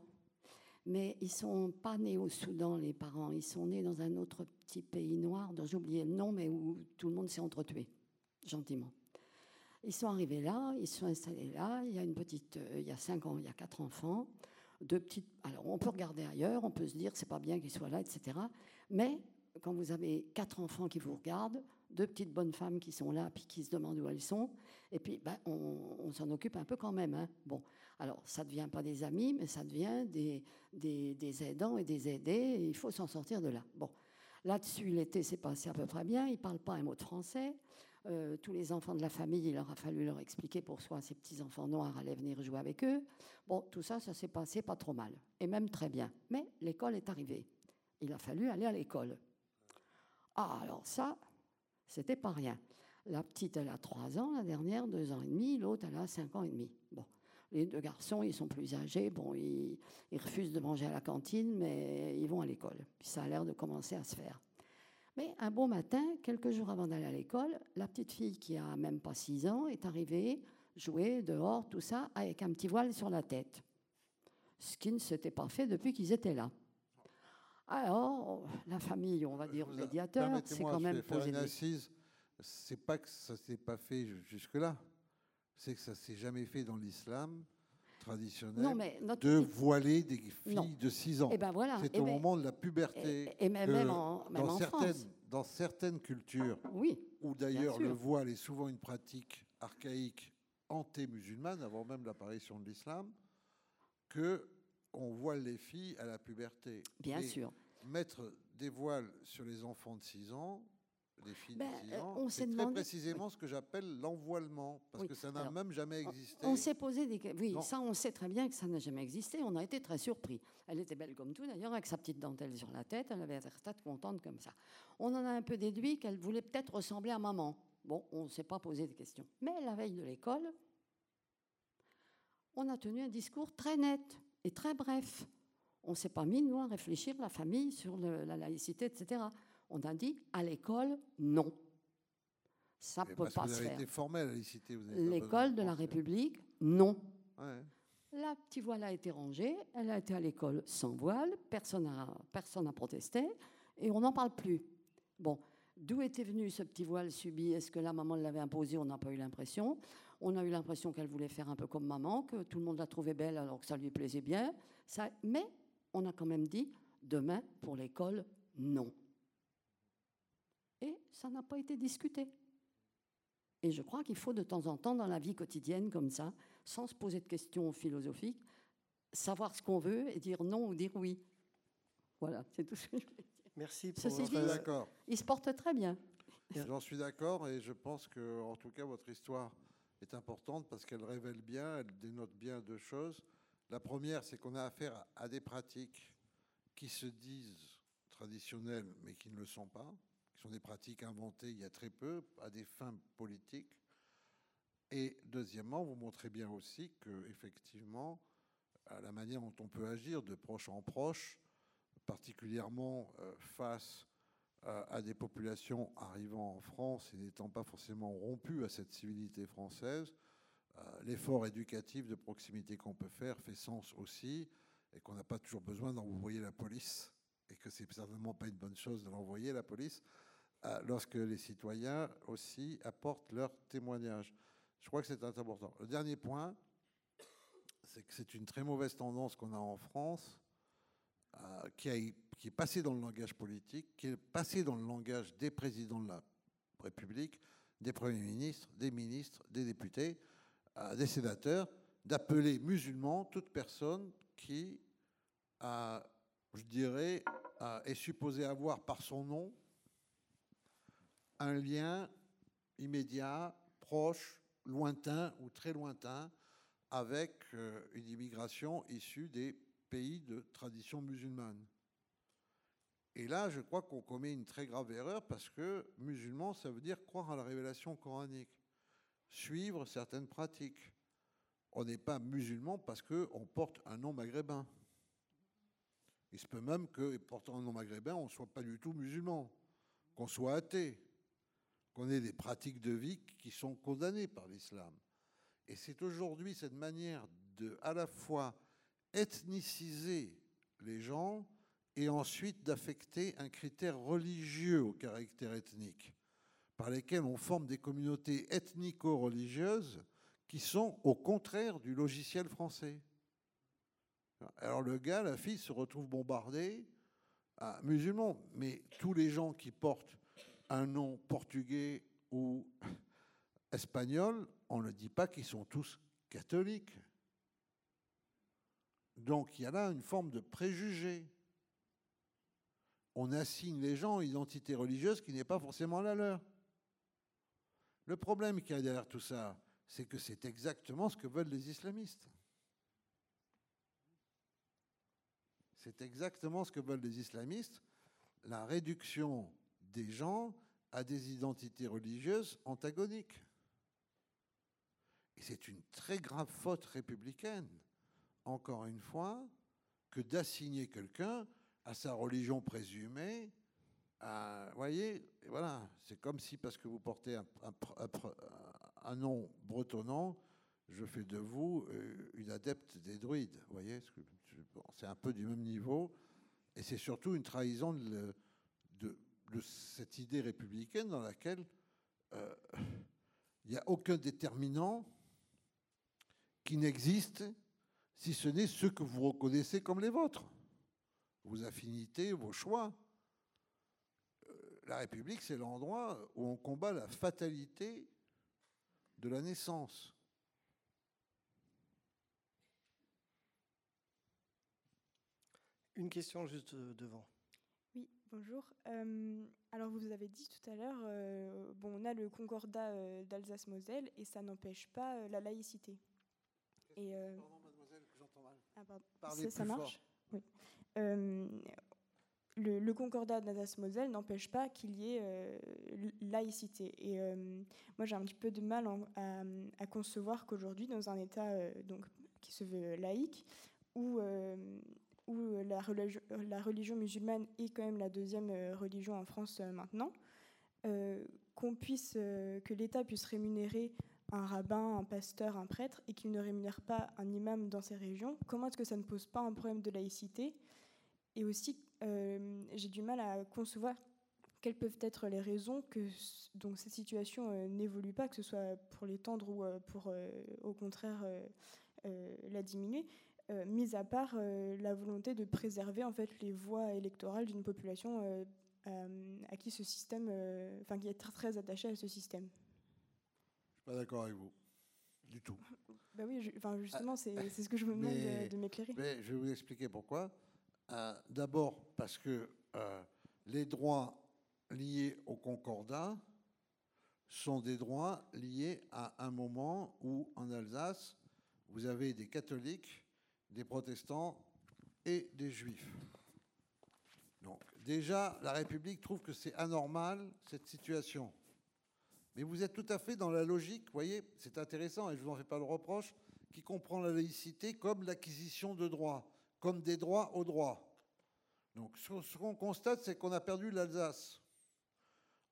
[SPEAKER 6] mais ils ne sont pas nés au Soudan, les parents. Ils sont nés dans un autre petit pays noir, dont j'ai oublié le nom, mais où tout le monde s'est entretué, gentiment. Ils sont arrivés là, ils se sont installés là. Il y a une petite, euh, il y a cinq ans, il y a quatre enfants, deux petites... Alors, on peut regarder ailleurs, on peut se dire que c'est pas bien qu'ils soient là, et cetera. Mais quand vous avez quatre enfants qui vous regardent, deux petites bonnes femmes qui sont là, puis qui se demandent où elles sont, et puis ben, on, on s'en occupe un peu quand même. Hein. Bon, alors ça ne devient pas des amis, mais ça devient des, des, des aidants et des aidés, et il faut s'en sortir de là. Bon, là-dessus, l'été s'est passé à peu près bien, ils ne parlent pas un mot de français. Euh, tous les enfants de la famille, il leur a fallu leur expliquer pourquoi ces petits-enfants noirs allaient venir jouer avec eux. Bon, tout ça, ça s'est passé pas trop mal, et même très bien. Mais l'école est arrivée. Il a fallu aller à l'école. Ah, alors ça, c'était pas rien. La petite, elle a trois ans, la dernière, deux ans et demi, l'autre, elle a cinq ans et demi. Bon, les deux garçons, ils sont plus âgés, bon, ils, ils refusent de manger à la cantine, mais ils vont à l'école. Puis ça a l'air de commencer à se faire. Mais un beau matin, quelques jours avant d'aller à l'école, la petite fille qui a même pas six ans est arrivée jouer dehors, tout ça, avec un petit voile sur la tête. Ce qui ne s'était pas fait depuis qu'ils étaient là. Alors, la famille, on va dire médiateur, c'est quand même
[SPEAKER 3] poser une assise. C'est pas que ça s'est pas fait jusque-là, c'est que ça s'est jamais fait dans l'islam traditionnel non, mais notre... de voiler des filles non. de six ans.
[SPEAKER 6] Et ben voilà.
[SPEAKER 3] C'est
[SPEAKER 6] et
[SPEAKER 3] au
[SPEAKER 6] ben...
[SPEAKER 3] moment de la puberté.
[SPEAKER 6] Et, et même, même en, même
[SPEAKER 3] dans,
[SPEAKER 6] en
[SPEAKER 3] certaines,
[SPEAKER 6] France.
[SPEAKER 3] dans certaines cultures,
[SPEAKER 6] oui,
[SPEAKER 3] où d'ailleurs le voile est souvent une pratique archaïque anté-musulmane, avant même l'apparition de l'islam, que on voile les filles à la puberté.
[SPEAKER 6] Bien
[SPEAKER 3] et
[SPEAKER 6] sûr.
[SPEAKER 3] Mettre des voiles sur les enfants de six ans, les filles
[SPEAKER 6] ben,
[SPEAKER 3] de six ans,
[SPEAKER 6] on
[SPEAKER 3] c'est
[SPEAKER 6] demandé...
[SPEAKER 3] très précisément oui. ce que j'appelle l'envoilement, parce
[SPEAKER 6] oui.
[SPEAKER 3] que ça n'a
[SPEAKER 6] Alors,
[SPEAKER 3] même jamais existé.
[SPEAKER 6] On, on s'est posé des questions. Oui,
[SPEAKER 3] non.
[SPEAKER 6] ça, on sait très bien que ça n'a jamais existé. On a été très surpris. Elle était belle comme tout, d'ailleurs, avec sa petite dentelle sur la tête. Elle avait l'air tête contente comme ça. On en a un peu déduit qu'elle voulait peut-être ressembler à maman. Bon, on ne s'est pas posé de questions. Mais la veille de l'école, on a tenu un discours très net et très bref. On ne s'est pas mis, nous, à réfléchir, la famille, sur le, la laïcité, et cetera. On a dit, à l'école, non. Ça ne peut pas se faire.
[SPEAKER 3] Été formel, la laïcité.
[SPEAKER 6] L'école de la République, non.
[SPEAKER 3] Ouais.
[SPEAKER 6] La petite voile a été rangée, elle a été à l'école sans voile, personne n'a personne n'a protesté, et on n'en parle plus. Bon, d'où était venu ce petit voile subi? Est-ce que la maman l'avait imposé? On n'a pas eu l'impression. On a eu l'impression qu'elle voulait faire un peu comme maman, que tout le monde la trouvait belle alors que ça lui plaisait bien. Ça, mais on a quand même dit, demain, pour l'école, non. Et ça n'a pas été discuté. Et je crois qu'il faut de temps en temps, dans la vie quotidienne comme ça, sans se poser de questions philosophiques, savoir ce qu'on veut et dire non ou dire oui. Voilà, c'est tout ce que je voulais dire.
[SPEAKER 2] Merci pour
[SPEAKER 6] Ceci
[SPEAKER 2] votre...
[SPEAKER 6] dit,
[SPEAKER 3] d'accord.
[SPEAKER 6] Il se porte très bien.
[SPEAKER 3] J'en suis d'accord et je pense que, en tout cas, votre histoire est importante parce qu'elle révèle bien, elle dénote bien deux choses. La première, c'est qu'on a affaire à des pratiques qui se disent traditionnelles, mais qui ne le sont pas, qui sont des pratiques inventées il y a très peu, à des fins politiques. Et deuxièmement, vous montrez bien aussi que, effectivement, à la manière dont on peut agir de proche en proche, particulièrement euh, face euh, à des populations arrivant en France et n'étant pas forcément rompues à cette civilité française, euh, l'effort éducatif de proximité qu'on peut faire fait sens aussi, et qu'on n'a pas toujours besoin d'envoyer la police, et que c'est certainement pas une bonne chose de l'envoyer, la police, euh, lorsque les citoyens aussi apportent leur témoignage. Je crois que c'est important. Le dernier point, c'est que c'est une très mauvaise tendance qu'on a en France, euh, qui, a, qui est passée dans le langage politique, qui est passée dans le langage des présidents de la République, des premiers ministres, des ministres, des députés, euh, des sénateurs, d'appeler musulman toute personne qui, euh, je dirais, euh, est supposée avoir par son nom un lien immédiat, proche, lointain ou très lointain avec euh, une immigration issue des pays de tradition musulmane. Et là, je crois qu'on commet une très grave erreur, parce que musulman, ça veut dire croire à la révélation coranique, suivre certaines pratiques. On n'est pas musulman parce qu'on porte un nom maghrébin. Il se peut même que, portant un nom maghrébin, on ne soit pas du tout musulman, qu'on soit athée, qu'on ait des pratiques de vie qui sont condamnées par l'islam. Et c'est aujourd'hui cette manière de, à la fois, ethniciser les gens et ensuite d'affecter un critère religieux au caractère ethnique, par lesquels on forme des communautés ethnico-religieuses qui sont au contraire du logiciel français. Alors le gars, la fille se retrouve bombardée à musulmans, mais tous les gens qui portent un nom portugais ou espagnol, on ne dit pas qu'ils sont tous catholiques. Donc il y a là une forme de préjugé. On assigne les gens une identité religieuse qui n'est pas forcément la leur. Le problème qu'il y a derrière tout ça, c'est que c'est exactement ce que veulent les islamistes. C'est exactement ce que veulent les islamistes, la réduction des gens à des identités religieuses antagoniques. Et c'est une très grave faute républicaine, encore une fois, que d'assigner quelqu'un à sa religion présumée. Vous voyez, voilà, c'est comme si, parce que vous portez un, un, un, un nom bretonnant, je fais de vous une adepte des druides. Vous voyez, c'est un peu du même niveau. Et c'est surtout une trahison de, de, de cette idée républicaine dans laquelle euh, il n'y a aucun déterminant qui n'existe, si ce n'est ceux que vous reconnaissez comme les vôtres, vos affinités, vos choix. La République, c'est l'endroit où on combat la fatalité de la naissance.
[SPEAKER 2] Une question juste devant.
[SPEAKER 7] Oui, bonjour. Euh, alors, vous avez dit tout à l'heure, euh, bon, on a le concordat euh, d'Alsace-Moselle et ça n'empêche pas euh, la laïcité. Et, euh,
[SPEAKER 3] pardon, mademoiselle, j'entends mal.
[SPEAKER 7] Ah, pardon.
[SPEAKER 3] Parlez
[SPEAKER 7] ça,
[SPEAKER 3] plus
[SPEAKER 7] ça marche
[SPEAKER 3] fort.
[SPEAKER 7] Oui. Euh, le, le concordat d'Alsace-Moselle n'empêche pas qu'il y ait euh, laïcité. Et euh, moi, j'ai un petit peu de mal en, à, à concevoir qu'aujourd'hui, dans un État euh, donc, qui se veut laïque, où, euh, où la, religi- la religion musulmane est quand même la deuxième religion en France euh, maintenant, euh, qu'on puisse, euh, que l'État puisse rémunérer un rabbin, un pasteur, un prêtre, et qu'il ne rémunère pas un imam dans ces régions, comment est-ce que ça ne pose pas un problème de laïcité? Et aussi, euh, j'ai du mal à concevoir quelles peuvent être les raisons que donc, cette situation euh, n'évolue pas, que ce soit pour l'étendre ou euh, pour, euh, au contraire, euh, euh, la diminuer, euh, mis à part euh, la volonté de préserver en fait, les voix électorales d'une population euh, euh, à qui ce système, euh, enfin, qui est très, très attachée à ce système.
[SPEAKER 3] Pas d'accord avec vous, du tout.
[SPEAKER 7] Bah oui, je, enfin justement, c'est, c'est ce que je me demande
[SPEAKER 3] mais,
[SPEAKER 7] de, de m'éclairer.
[SPEAKER 3] Mais je vais vous expliquer pourquoi. Euh, d'abord, parce que euh, les droits liés au concordat sont des droits liés à un moment où, en Alsace, vous avez des catholiques, des protestants et des juifs. Donc, déjà, la République trouve que c'est anormal, cette situation. Mais vous êtes tout à fait dans la logique, vous voyez, c'est intéressant, et je ne vous en fais pas le reproche, qui comprend la laïcité comme l'acquisition de droits, comme des droits aux droits. Donc ce qu'on constate, c'est qu'on a perdu l'Alsace.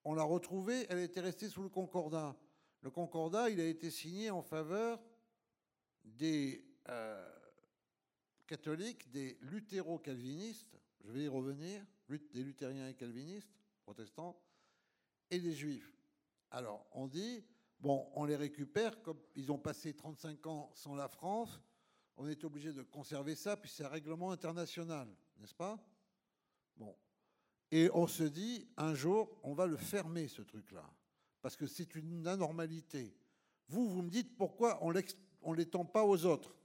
[SPEAKER 3] on l'a retrouvée, elle était restée sous le Concordat. Le Concordat, il a été signé en faveur des euh, catholiques, des luthéro-calvinistes, je vais y revenir, des luthériens et calvinistes, protestants, et des juifs. Alors, on dit, bon, on les récupère, comme ils ont passé trente-cinq ans sans la France, on est obligé de conserver ça, puis c'est un règlement international, n'est-ce pas? Bon. Et on se dit, un jour, on va le fermer, ce truc-là, parce que c'est une anormalité. Vous, vous me dites, pourquoi on ne l'étend pas aux autres?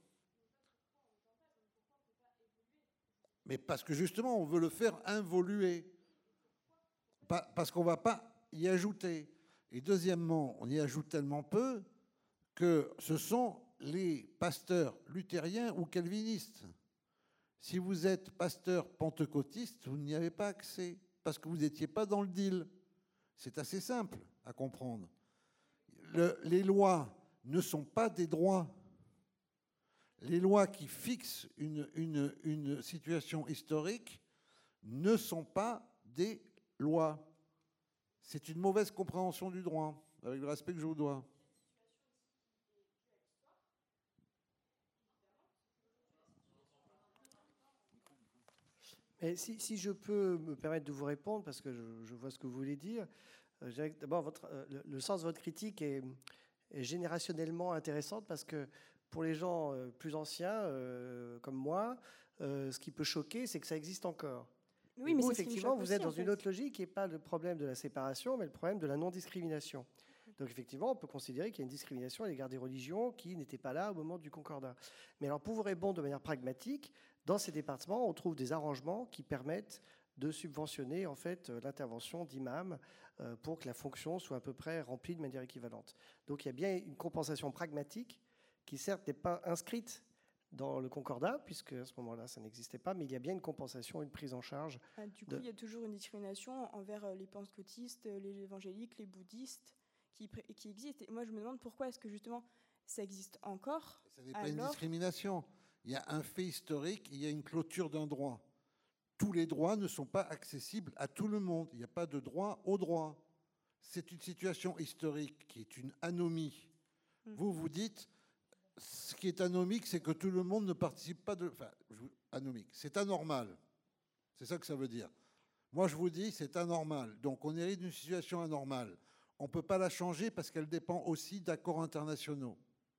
[SPEAKER 3] Mais parce que justement, on veut le faire involuer. Parce qu'on ne va pas y ajouter. Et deuxièmement, on y ajoute tellement peu que ce sont les pasteurs luthériens ou calvinistes. Si vous êtes pasteur pentecôtiste, vous n'y avez pas accès, parce que vous n'étiez pas dans le deal. C'est assez simple à comprendre. Le, les lois ne sont pas des droits. Les lois qui fixent une, une, une situation historique ne sont pas des lois. C'est une mauvaise compréhension du droit, avec le respect que je vous dois.
[SPEAKER 2] Mais si, si je peux me permettre de vous répondre, parce que je, je vois ce que vous voulez dire, euh, d'abord, votre, euh, le, le sens de votre critique est, est générationnellement intéressante, parce que pour les gens euh, plus anciens, euh, comme moi, euh, ce qui peut choquer, c'est que ça existe encore.
[SPEAKER 7] Oui, mais
[SPEAKER 2] vous,
[SPEAKER 7] c'est
[SPEAKER 2] effectivement, vous
[SPEAKER 7] aussi,
[SPEAKER 2] êtes dans
[SPEAKER 7] en
[SPEAKER 2] une
[SPEAKER 7] fait.
[SPEAKER 2] autre logique qui n'est pas le problème de la séparation, mais le problème de la non-discrimination. Donc effectivement, on peut considérer qu'il y a une discrimination à l'égard des religions qui n'étaient pas là au moment du Concordat. Mais alors, pour vous répondre de manière pragmatique, dans ces départements, on trouve des arrangements qui permettent de subventionner en fait l'intervention d'imams euh, pour que la fonction soit à peu près remplie de manière équivalente. Donc il y a bien une compensation pragmatique qui certes n'est pas inscrite dans le Concordat, puisque à ce moment-là, ça n'existait pas, mais il y a bien une compensation, une prise en charge.
[SPEAKER 7] Ah, du coup,
[SPEAKER 2] de...
[SPEAKER 7] il y a toujours une discrimination envers les pentecôtistes, les évangéliques, les bouddhistes qui, qui existent. Et moi, je me demande pourquoi est-ce que justement ça existe encore.
[SPEAKER 3] Ça n'est pas
[SPEAKER 7] alors...
[SPEAKER 3] une discrimination. Il y a un fait historique, il y a une clôture d'un droit. Tous les droits ne sont pas accessibles à tout le monde. Il n'y a pas de droit au droit. C'est une situation historique qui est une anomie. Mmh. Vous, vous dites, ce qui est anomique, c'est que tout le monde ne participe pas de... Enfin, anomique, c'est anormal. C'est ça que ça veut dire. Moi, je vous dis, c'est anormal. Donc, on hérite d'une situation anormale. On ne peut pas la changer parce qu'elle dépend aussi d'accords internationaux.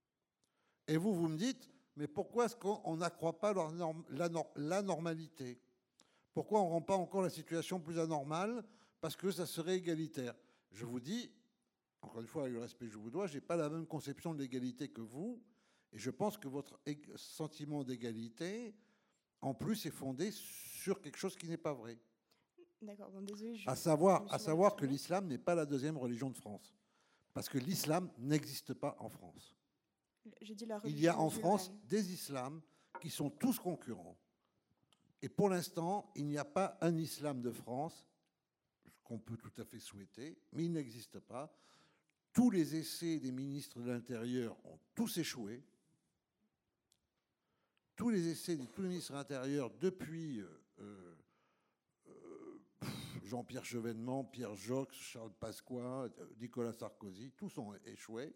[SPEAKER 3] Et vous, vous me dites, mais pourquoi est-ce qu'on n'accroît pas leur norm, la, la normalité? Pourquoi on ne rend pas encore la situation plus anormale? Parce que ça serait égalitaire. Je vous dis, encore une fois, avec le respect que je vous dois, je n'ai pas la même conception de l'égalité que vous. Et je pense que votre sentiment d'égalité, en plus, est fondé sur quelque chose qui n'est pas vrai.
[SPEAKER 7] D'accord, bon, désolé. Je,
[SPEAKER 3] à savoir, à savoir que l'islam n'est pas la deuxième religion de France. Parce que l'islam n'existe pas en France.
[SPEAKER 7] J'ai dit la
[SPEAKER 3] Il y a en
[SPEAKER 7] musulmane.
[SPEAKER 3] France des islams qui sont tous concurrents. Et pour l'instant, il n'y a pas un islam de France, qu'on peut tout à fait souhaiter, mais il n'existe pas. Tous les essais des ministres de l'Intérieur ont tous échoué. Tous les essais de tous les ministres de l'Intérieur depuis euh, euh, Jean-Pierre Chevènement, Pierre Jox, Charles Pasqua, Nicolas Sarkozy, tous ont échoué.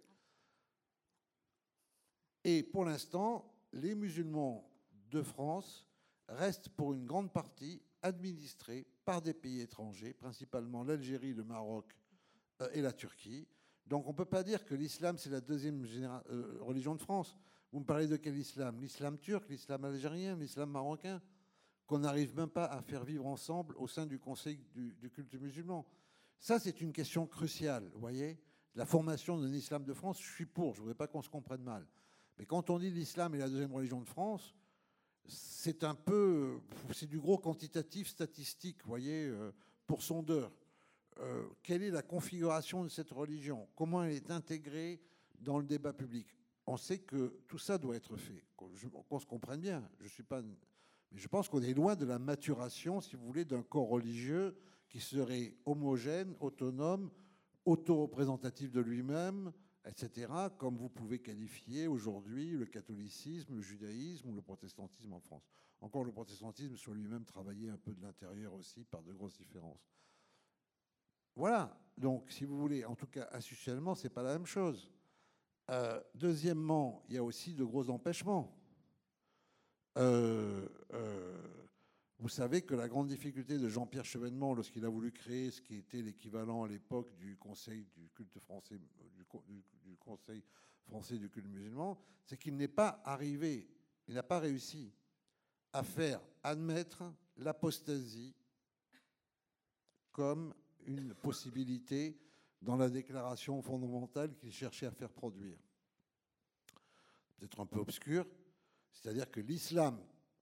[SPEAKER 3] Et pour l'instant, les musulmans de France restent pour une grande partie administrés par des pays étrangers, principalement l'Algérie, le Maroc euh, et la Turquie. Donc on ne peut pas dire que l'islam, c'est la deuxième généra- euh, religion de France. Vous me parlez de quel islam? L'islam turc, l'islam algérien, l'islam marocain, qu'on n'arrive même pas à faire vivre ensemble au sein du Conseil du, du culte musulman. Ça, c'est une question cruciale, vous voyez. La formation d'un islam de France, je suis pour, je ne voudrais pas qu'on se comprenne mal. Mais quand on dit l'islam est la deuxième religion de France, c'est un peu, c'est du gros quantitatif statistique, vous voyez, euh, pour sondeur. Euh, quelle est la configuration de cette religion? Comment elle est intégrée dans le débat public? On sait que tout ça doit être fait, qu'on, qu'on se comprenne bien. Je suis pas, mais je pense qu'on est loin de la maturation, si vous voulez, d'un corps religieux qui serait homogène, autonome, auto-représentatif de lui-même, et cetera, comme vous pouvez qualifier aujourd'hui le catholicisme, le judaïsme ou le protestantisme en France. Encore le protestantisme sur lui-même travaillé un peu de l'intérieur aussi par de grosses différences. voilà. Donc, si vous voulez, en tout cas, institutionnellement, ce n'est pas la même chose. Euh, deuxièmement, il y a aussi de gros empêchements. Euh, euh, vous savez que la grande difficulté de Jean-Pierre Chevènement, lorsqu'il a voulu créer ce qui était l'équivalent à l'époque du Conseil du culte français, du, du, du Conseil français du culte musulman, c'est qu'il n'est pas arrivé, il n'a pas réussi à faire admettre l'apostasie comme une possibilité dans la déclaration fondamentale qu'il cherchait à faire produire. Peut-être un peu obscur, c'est-à-dire que l'islam,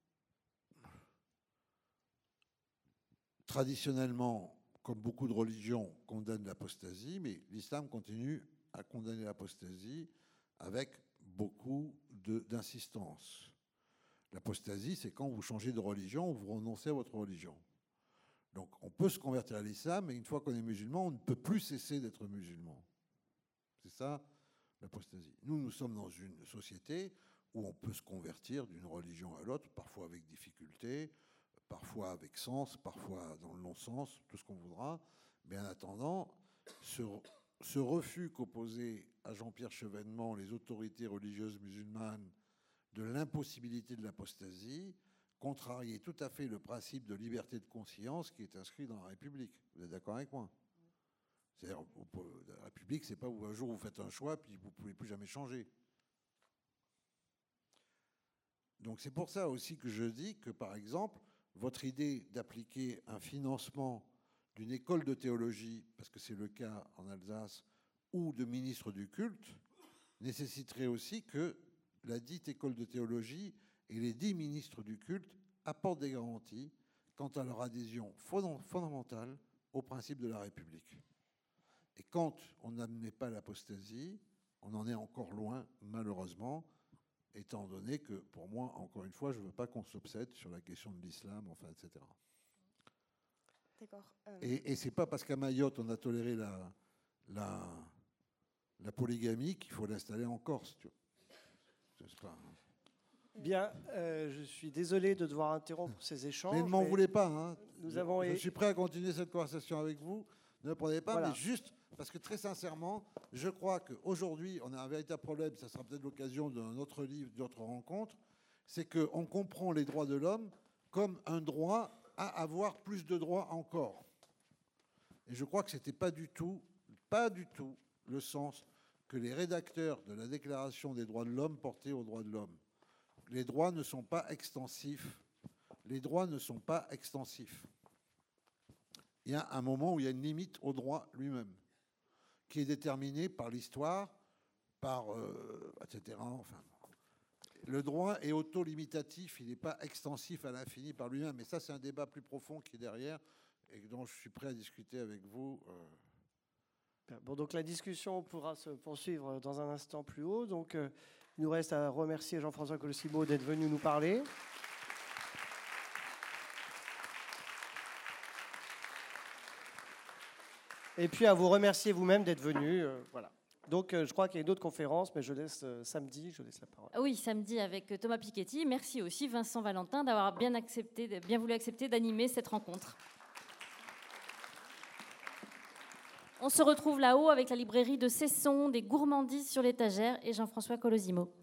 [SPEAKER 3] traditionnellement, comme beaucoup de religions, condamne l'apostasie, mais l'islam continue à condamner l'apostasie avec beaucoup d'insistance. L'apostasie, c'est quand vous changez de religion ou vous renoncez à votre religion. Donc on peut se convertir à l'islam, mais une fois qu'on est musulman, on ne peut plus cesser d'être musulman. C'est ça, l'apostasie. Nous, nous sommes dans une société où on peut se convertir d'une religion à l'autre, parfois avec difficulté, parfois avec sens, parfois dans le non-sens, tout ce qu'on voudra. Mais en attendant, ce, ce refus qu'opposaient à Jean-Pierre Chevènement les autorités religieuses musulmanes de l'impossibilité de l'apostasie contrariait tout à fait le principe de liberté de conscience qui est inscrit dans la République. Vous êtes d'accord avec moi? C'est-à-dire, la République, c'est pas où un jour vous faites un choix puis vous ne pouvez plus jamais changer. Donc c'est pour ça aussi que je dis que, par exemple, votre idée d'appliquer un financement d'une école de théologie, parce que c'est le cas en Alsace, ou de ministre du culte, nécessiterait aussi que la dite école de théologie et les dix ministres du culte apportent des garanties quant à leur adhésion fondamentale au principe de la République. Et quand on n'admet pas l'apostasie, on en est encore loin, malheureusement, étant donné que, pour moi, encore une fois, je ne veux pas qu'on s'obsède sur la question de l'islam, enfin, et cetera.
[SPEAKER 7] D'accord. Euh...
[SPEAKER 3] Et, et ce n'est pas parce qu'à Mayotte, on a toléré la, la, la polygamie qu'il faut l'installer en Corse. Tu vois. C'est pas...
[SPEAKER 2] Bien, euh, je suis désolé de devoir interrompre ces échanges.
[SPEAKER 3] Mais ne m'en voulez pas. Hein.
[SPEAKER 2] Nous avons...
[SPEAKER 3] Je suis prêt à continuer cette conversation avec vous. Ne le prenez pas,
[SPEAKER 2] voilà.
[SPEAKER 3] Mais juste parce que très sincèrement, je crois qu'aujourd'hui, on a un véritable problème, ça sera peut-être l'occasion d'un autre livre, d'autres rencontres, c'est qu'on comprend les droits de l'homme comme un droit à avoir plus de droits encore. Et je crois que ce n'était pas du tout, pas du tout le sens que les rédacteurs de la Déclaration des droits de l'homme portaient aux droits de l'homme. Les droits ne sont pas extensifs. Les droits ne sont pas extensifs. Il y a un moment où il y a une limite au droit lui-même, qui est déterminée par l'histoire, par, euh, et cetera. Enfin, le droit est auto-limitatif, il n'est pas extensif à l'infini par lui-même. Mais ça, c'est un débat plus profond qui est derrière et dont je suis prêt à discuter avec vous. Euh.
[SPEAKER 2] Bon, donc la discussion pourra se poursuivre dans un instant plus haut. Donc, euh, il nous reste à remercier Jean-François Colosimo d'être venu nous parler. Et puis à vous remercier vous-même d'être venu. Euh, voilà. Donc euh, je crois qu'il y a une autre conférence, mais je laisse euh, samedi, je laisse la parole.
[SPEAKER 1] Oui, samedi avec Thomas Piketty. Merci aussi Vincent Valentin d'avoir bien accepté, bien voulu accepter d'animer cette rencontre. On se retrouve là-haut avec la librairie de Cesson, des gourmandises sur l'étagère et Jean-François Colosimo.